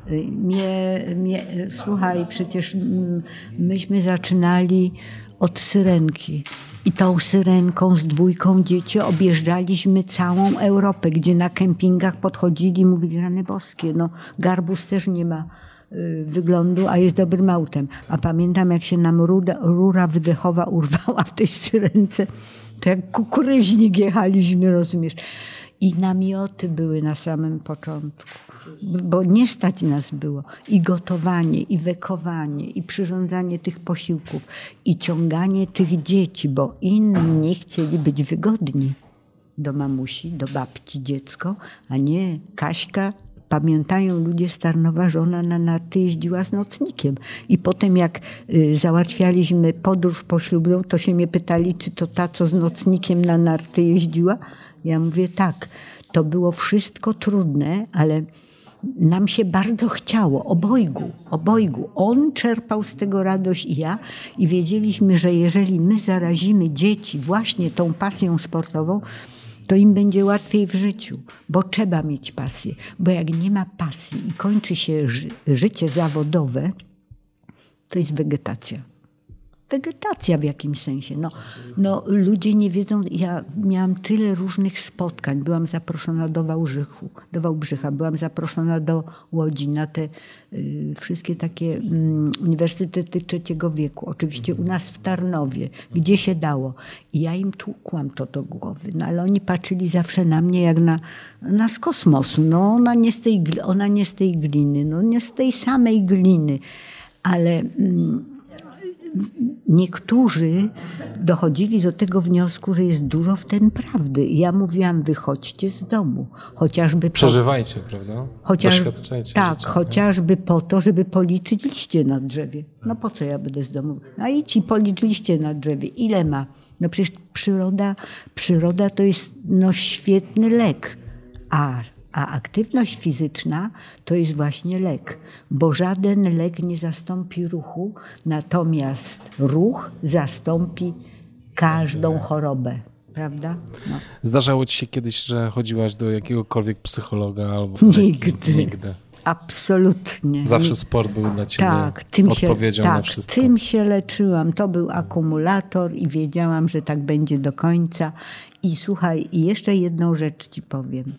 S2: Mnie, mnie, słuchaj, przecież myśmy zaczynali od Syrenki. I tą Syrenką z dwójką dzieci objeżdżaliśmy całą Europę, gdzie na kempingach podchodzili i mówili, rany boskie, no garbus też nie ma y, wyglądu, a jest dobrym autem. A pamiętam, jak się nam ruda, rura wydechowa urwała w tej Syrence, to jak kukuryźnik jechaliśmy, rozumiesz. I namioty były na samym początku, bo nie stać nas było. I gotowanie, i wekowanie, i przyrządzanie tych posiłków, i ciąganie tych dzieci, bo inni chcieli być wygodni. Do mamusi, do babci dziecko, a nie Kaśka. Pamiętają ludzie z Tarnowa, że ona na narty jeździła z nocnikiem. I potem jak y, załatwialiśmy podróż poślubną, to się mnie pytali, czy to ta, co z nocnikiem na narty jeździła. Ja mówię tak, to było wszystko trudne, ale nam się bardzo chciało, obojgu, obojgu. On czerpał z tego radość i ja i wiedzieliśmy, że jeżeli my zarazimy dzieci właśnie tą pasją sportową, to im będzie łatwiej w życiu, bo trzeba mieć pasję. Bo jak nie ma pasji i kończy się ży- życie zawodowe, to jest wegetacja. Wegetacja w jakimś sensie. No, no, ludzie nie wiedzą, ja miałam tyle różnych spotkań. Byłam zaproszona do Wałbrzychu, do Wałbrzycha, byłam zaproszona do Łodzi na te y, wszystkie takie y, uniwersytety trzeciego wieku. Oczywiście u nas w Tarnowie, gdzie się dało. I ja im tłukłam to do głowy. No, ale oni patrzyli zawsze na mnie jak na, na z kosmosu. No, ona, nie z tej, ona nie z tej gliny, no, nie z tej samej gliny. Ale... Y, Niektórzy dochodzili do tego wniosku, że jest dużo w tym prawdy. I ja mówiłam, wychodźcie z domu. Chociażby po,
S1: Przeżywajcie, prawda?
S2: Chociaż,
S1: Doświadczajcie
S2: tak,
S1: życia.
S2: chociażby po to, żeby policzyć liście na drzewie. No po co ja będę z domu? A idź i policz liście na drzewie. Ile ma? No przecież przyroda, przyroda to jest no, świetny lek. A A aktywność fizyczna to jest właśnie lek, bo żaden lek nie zastąpi ruchu, natomiast ruch zastąpi każdą chorobę, prawda? No.
S1: Zdarzało ci się kiedyś, że chodziłaś do jakiegokolwiek psychologa? Albo
S2: Nigdy.
S1: Nigdy.
S2: Absolutnie.
S1: Zawsze sport był dla ciebie
S2: tak, tym
S1: odpowiedzią
S2: się,
S1: na
S2: tak,
S1: wszystko.
S2: Tym się leczyłam. To był akumulator i wiedziałam, że tak będzie do końca. I słuchaj, i jeszcze jedną rzecz ci powiem.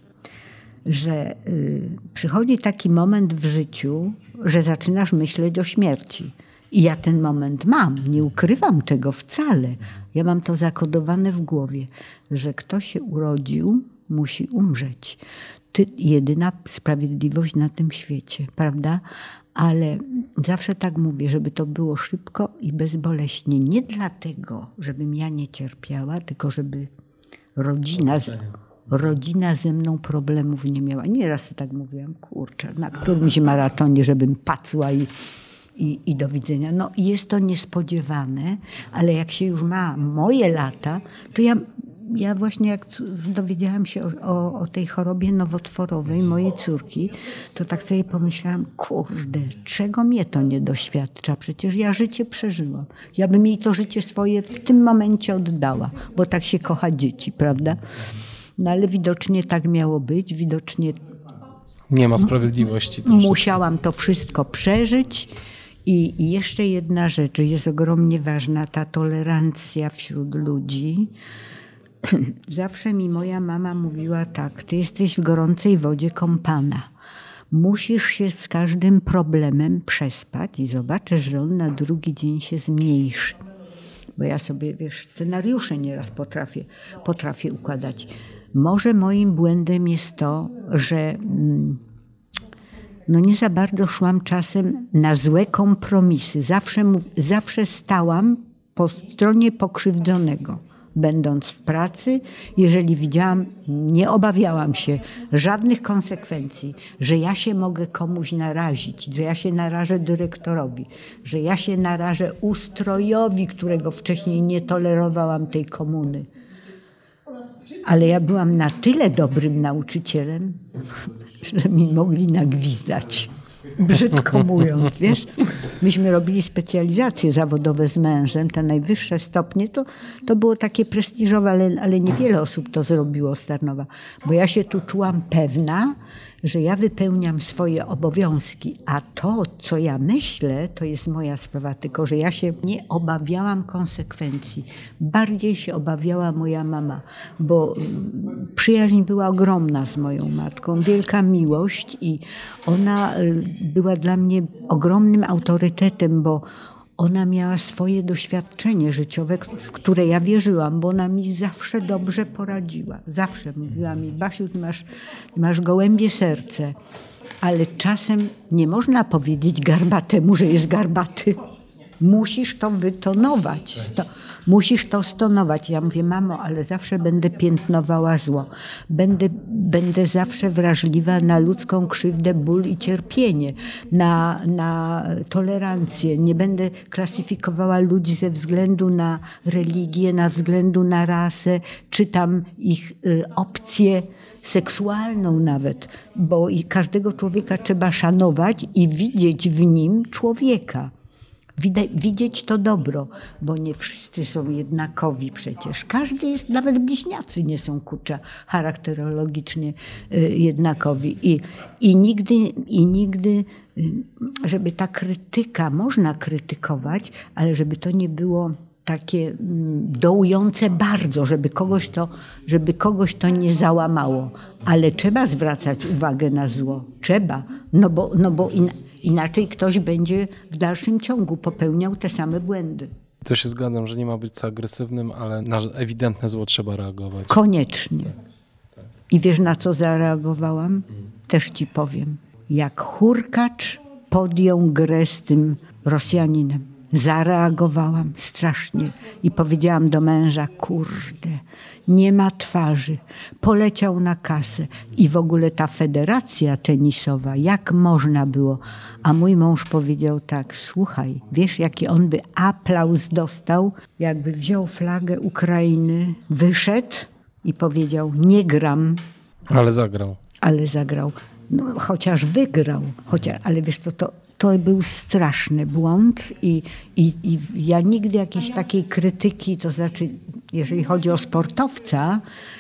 S2: Że y, przychodzi taki moment w życiu, że zaczynasz myśleć o śmierci. I ja ten moment mam, nie ukrywam tego wcale. Ja mam to zakodowane w głowie, że kto się urodził, musi umrzeć. Ty, jedyna sprawiedliwość na tym świecie, prawda? Ale zawsze tak mówię, żeby to było szybko i bezboleśnie. Nie dlatego, żebym ja nie cierpiała, tylko żeby rodzina... Z, Rodzina ze mną problemów nie miała. Nieraz tak mówiłam, kurczę, na którymś maratonie, żebym pacła i, i, i do widzenia. No jest to niespodziewane, ale jak się już ma moje lata, to ja, ja właśnie jak dowiedziałam się o, o, o tej chorobie nowotworowej mojej córki, to tak sobie pomyślałam, kurde, czego mnie to nie doświadcza? Przecież ja życie przeżyłam. Ja bym jej to życie swoje w tym momencie oddała, bo tak się kocha dzieci, prawda? No ale widocznie tak miało być, widocznie
S1: nie ma sprawiedliwości. Też.
S2: Musiałam to wszystko przeżyć i, i jeszcze jedna rzecz jest ogromnie ważna, ta tolerancja wśród ludzi. Zawsze mi moja mama mówiła tak, ty jesteś w gorącej wodzie kąpana. Musisz się z każdym problemem przespać i zobaczysz, że on na drugi dzień się zmniejszy. Bo ja sobie, wiesz, scenariusze nieraz potrafię, potrafię układać. Może moim błędem jest to, że no nie za bardzo szłam czasem na złe kompromisy. Zawsze, zawsze stałam po stronie pokrzywdzonego. Będąc w pracy, jeżeli widziałam, nie obawiałam się żadnych konsekwencji, że ja się mogę komuś narazić, że ja się narażę dyrektorowi, że ja się narażę ustrojowi, którego wcześniej nie tolerowałam tej komuny. Ale ja byłam na tyle dobrym nauczycielem, że mi mogli nagwizdać. Brzydko mówiąc, wiesz. Myśmy robili specjalizacje zawodowe z mężem, te najwyższe stopnie, to, to było takie prestiżowe, ale, ale niewiele osób to zrobiło z Tarnowa. Bo ja się tu czułam pewna, że ja wypełniam swoje obowiązki, a to, co ja myślę, to jest moja sprawa, tylko że ja się nie obawiałam konsekwencji. Bardziej się obawiała moja mama, bo przyjaźń była ogromna z moją matką, wielka miłość i ona była dla mnie ogromnym autorytetem, bo ona miała swoje doświadczenie życiowe, w które ja wierzyłam, bo ona mi zawsze dobrze poradziła. Zawsze mówiła mi: Basiu, ty masz, ty masz gołębie serce, ale czasem nie można powiedzieć garbatemu, że jest garbaty. Musisz to wytonować. Sto, musisz to stonować. Ja mówię: mamo, ale zawsze będę piętnowała zło. Będę, będę zawsze wrażliwa na ludzką krzywdę, ból i cierpienie, na, na tolerancję. Nie będę klasyfikowała ludzi ze względu na religię, na względu na rasę, czy tam ich y, opcję seksualną nawet, bo i każdego człowieka trzeba szanować i widzieć w nim człowieka. Widzieć to dobro, bo nie wszyscy są jednakowi przecież. Każdy jest, nawet bliźniacy nie są, kurczę, charakterologicznie jednakowi. I, i, nigdy, i nigdy, żeby ta krytyka, można krytykować, ale żeby to nie było takie dołujące bardzo, żeby kogoś to, żeby kogoś to nie załamało. Ale trzeba zwracać uwagę na zło. Trzeba, no bo, no bo in, inaczej ktoś będzie w dalszym ciągu popełniał te same błędy.
S1: To się zgadzam, że nie ma być co agresywnym, ale na ewidentne zło trzeba reagować.
S2: Koniecznie. I wiesz, na co zareagowałam? Mm. Też ci powiem. Jak hurkacz podjął grę z tym Rosjaninem. Zareagowałam strasznie i powiedziałam do męża: kurde, nie ma twarzy. Poleciał na kasę. I w ogóle ta federacja tenisowa, jak można było? A mój mąż powiedział tak: słuchaj, wiesz, jaki on by aplauz dostał, jakby wziął flagę Ukrainy, wyszedł i powiedział: nie gram.
S1: Ale zagrał.
S2: Ale zagrał. No, chociaż wygrał. Chociaż, ale wiesz co, to To był straszny błąd i, i, i ja nigdy jakiejś takiej krytyki, to znaczy jeżeli chodzi o sportowca,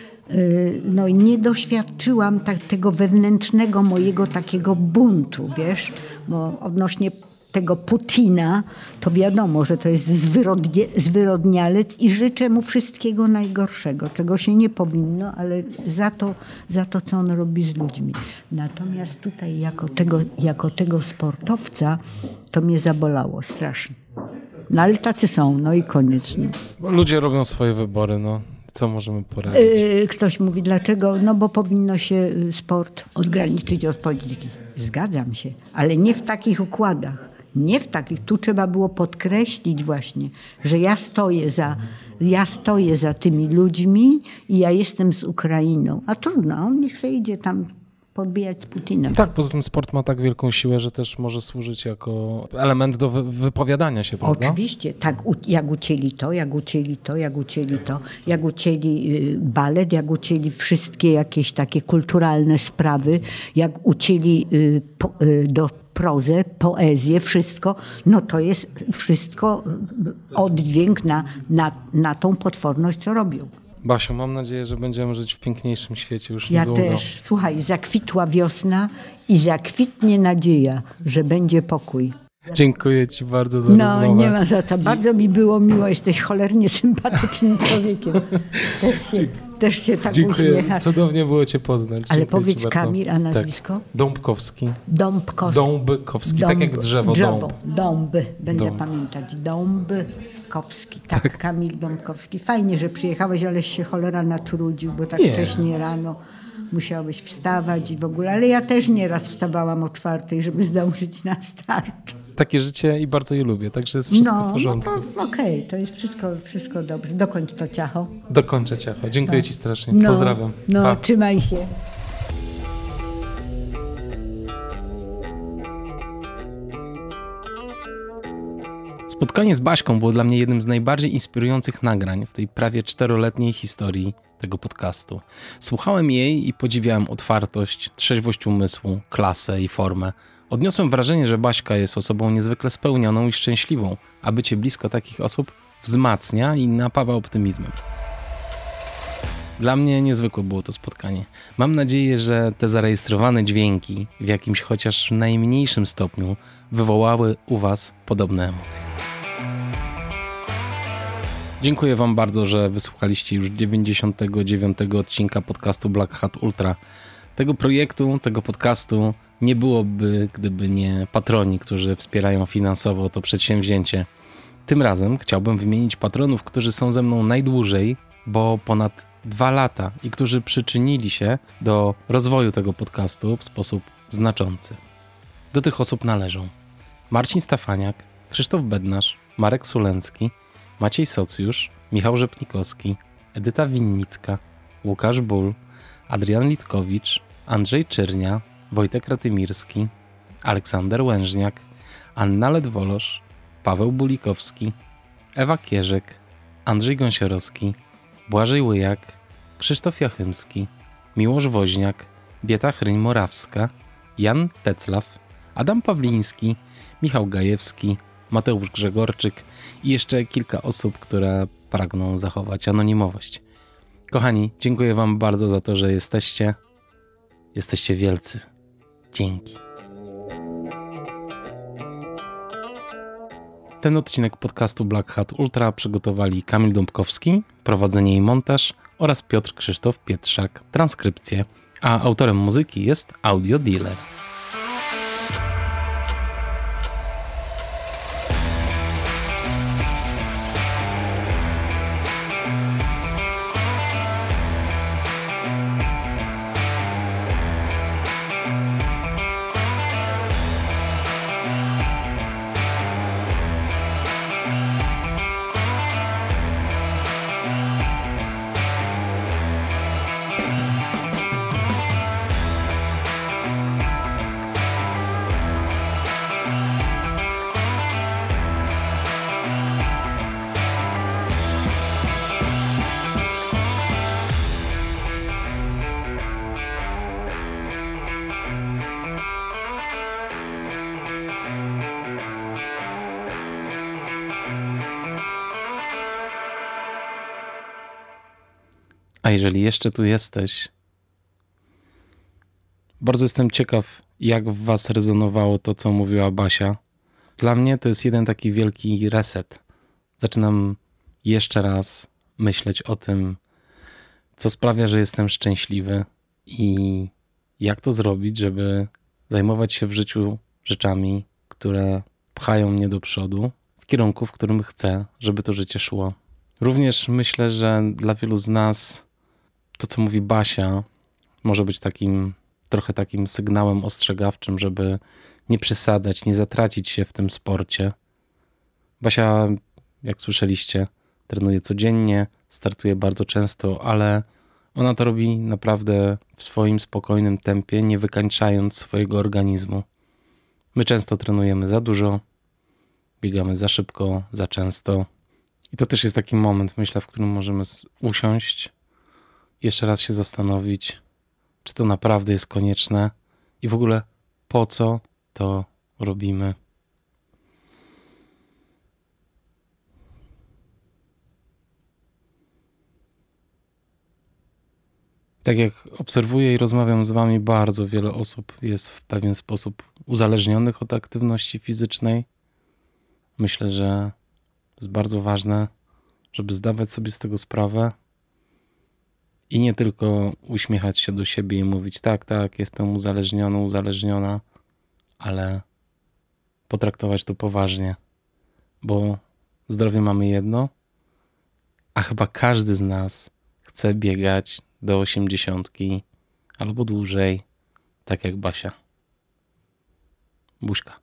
S2: no nie doświadczyłam tak, tego wewnętrznego mojego takiego buntu, wiesz, bo odnośnie tego Putina, to wiadomo, że to jest zwyrodnie, zwyrodnialec i życzę mu wszystkiego najgorszego, czego się nie powinno, ale za to, za to co on robi z ludźmi. Natomiast tutaj jako tego, jako tego sportowca to mnie zabolało strasznie. No ale tacy są, no i koniec. No.
S1: Ludzie robią swoje wybory, no. Co możemy poradzić?
S2: Ktoś mówi dlaczego? No bo powinno się sport odgraniczyć od polityki. Zgadzam się, ale nie w takich układach. Nie w takich. Tu trzeba było podkreślić właśnie, że ja stoję za, ja stoję za tymi ludźmi i ja jestem z Ukrainą. A trudno, on niech sobie idzie tam podbijać z Putinem.
S1: Tak, poza tym sport ma tak wielką siłę, że też może służyć jako element do wypowiadania się, prawda?
S2: Oczywiście, tak, jak ucięli to, jak ucięli to, jak ucięli to, jak ucięli balet, jak ucięli wszystkie jakieś takie kulturalne sprawy, jak ucięli do prozę, poezję, wszystko, no to jest wszystko oddźwięk na, na, na tą potworność, co robią.
S1: Basiu, mam nadzieję, że będziemy żyć w piękniejszym świecie już
S2: ja
S1: niedługo.
S2: Ja też. Słuchaj, zakwitła wiosna i zakwitnie nadzieja, że będzie pokój.
S1: Dziękuję ci bardzo za
S2: no,
S1: rozmowę.
S2: No nie ma za to. Bardzo mi było miło. Jesteś cholernie sympatycznym człowiekiem. Też się, też się tak
S1: Dziękuję.
S2: uśmiechasz.
S1: Cudownie było cię poznać.
S2: Ale
S1: Dziękuję
S2: powiedz Kamil, a nazwisko?
S1: Tak. Dąbkowski.
S2: Dąbkowski.
S1: Dąbkowski,
S2: Dąb,
S1: tak jak drzewo,
S2: drzewo
S1: dąb.
S2: Dąby, będę
S1: Dąb.
S2: pamiętać. Dąbkowski. Dąbkowski, tak,
S1: Tak.
S2: Kamil Dąbkowski. Fajnie, że przyjechałeś, aleś się cholera natrudził, bo tak
S1: Nie.
S2: wcześnie rano musiałeś wstawać i w ogóle. Ale ja też nieraz wstawałam o czwartej, żeby zdążyć na start.
S1: Takie życie i bardzo je lubię, także jest wszystko
S2: no,
S1: w porządku.
S2: No to okej, to jest wszystko, wszystko dobrze. Dokończ to ciacho.
S1: Dokończę ciacho. Dziękuję
S2: No.
S1: ci strasznie.
S2: No,
S1: Pozdrawiam.
S2: No,
S1: Pa.
S2: trzymaj się.
S1: Spotkanie z Baśką było dla mnie jednym z najbardziej inspirujących nagrań w tej prawie czteroletniej historii tego podcastu. Słuchałem jej i podziwiałem otwartość, trzeźwość umysłu, klasę i formę. Odniosłem wrażenie, że Baśka jest osobą niezwykle spełnioną i szczęśliwą, a bycie blisko takich osób wzmacnia i napawa optymizmem. Dla mnie niezwykłe było to spotkanie. Mam nadzieję, że te zarejestrowane dźwięki w jakimś chociaż najmniejszym stopniu wywołały u Was podobne emocje. Dziękuję Wam bardzo, że wysłuchaliście już dziewięćdziesiątego dziewiątego odcinka podcastu Black Hat Ultra. Tego projektu, tego podcastu nie byłoby, gdyby nie patroni, którzy wspierają finansowo to przedsięwzięcie. Tym razem chciałbym wymienić patronów, którzy są ze mną najdłużej, bo ponad dwa lata i którzy przyczynili się do rozwoju tego podcastu w sposób znaczący. Do tych osób należą Marcin Stafaniak, Krzysztof Bednarz, Marek Sulencki, Maciej Socjusz, Michał Rzepnikowski, Edyta Winnicka, Łukasz Ból, Adrian Litkowicz, Andrzej Czyrnia, Wojtek Ratymirski, Aleksander Łężniak, Anna Ledwolosz, Paweł Bulikowski, Ewa Kierzek, Andrzej Gąsiorowski, Błażej Łyjak, Krzysztof Jachymski, Miłosz Woźniak, Bieta Chryń-Morawska, Jan Teclaw, Adam Pawliński, Michał Gajewski, Mateusz Grzegorczyk i jeszcze kilka osób, które pragną zachować anonimowość. Kochani, dziękuję Wam bardzo za to, że jesteście. Jesteście wielcy. Dzięki. Ten odcinek podcastu Black Hat Ultra przygotowali Kamil Dąbkowski, prowadzenie i montaż oraz Piotr Krzysztof Pietrzak, transkrypcję, a autorem muzyki jest Audio Dealer. A jeżeli jeszcze tu jesteś, bardzo jestem ciekaw, jak w was rezonowało to, co mówiła Basia. Dla mnie to jest jeden taki wielki reset. Zaczynam jeszcze raz myśleć o tym, co sprawia, że jestem szczęśliwy i jak to zrobić, żeby zajmować się w życiu rzeczami, które pchają mnie do przodu, w kierunku, w którym chcę, żeby to życie szło. Również myślę, że dla wielu z nas to, co mówi Basia, może być takim, trochę takim sygnałem ostrzegawczym, żeby nie przesadzać, nie zatracić się w tym sporcie. Basia, jak słyszeliście, trenuje codziennie, startuje bardzo często, ale ona to robi naprawdę w swoim spokojnym tempie, nie wykańczając swojego organizmu. My często trenujemy za dużo, biegamy za szybko, za często. I to też jest taki moment, myślę, w którym możemy usiąść, jeszcze raz się zastanowić, czy to naprawdę jest konieczne i w ogóle po co to robimy. Tak jak obserwuję i rozmawiam z wami, bardzo wiele osób jest w pewien sposób uzależnionych od aktywności fizycznej. Myślę, że jest bardzo ważne, żeby zdawać sobie z tego sprawę i nie tylko uśmiechać się do siebie i mówić tak, tak, jestem uzależniony, uzależniona, ale potraktować to poważnie, bo zdrowie mamy jedno, a chyba każdy z nas chce biegać do osiemdziesiątki albo dłużej, tak jak Basia. Buźka.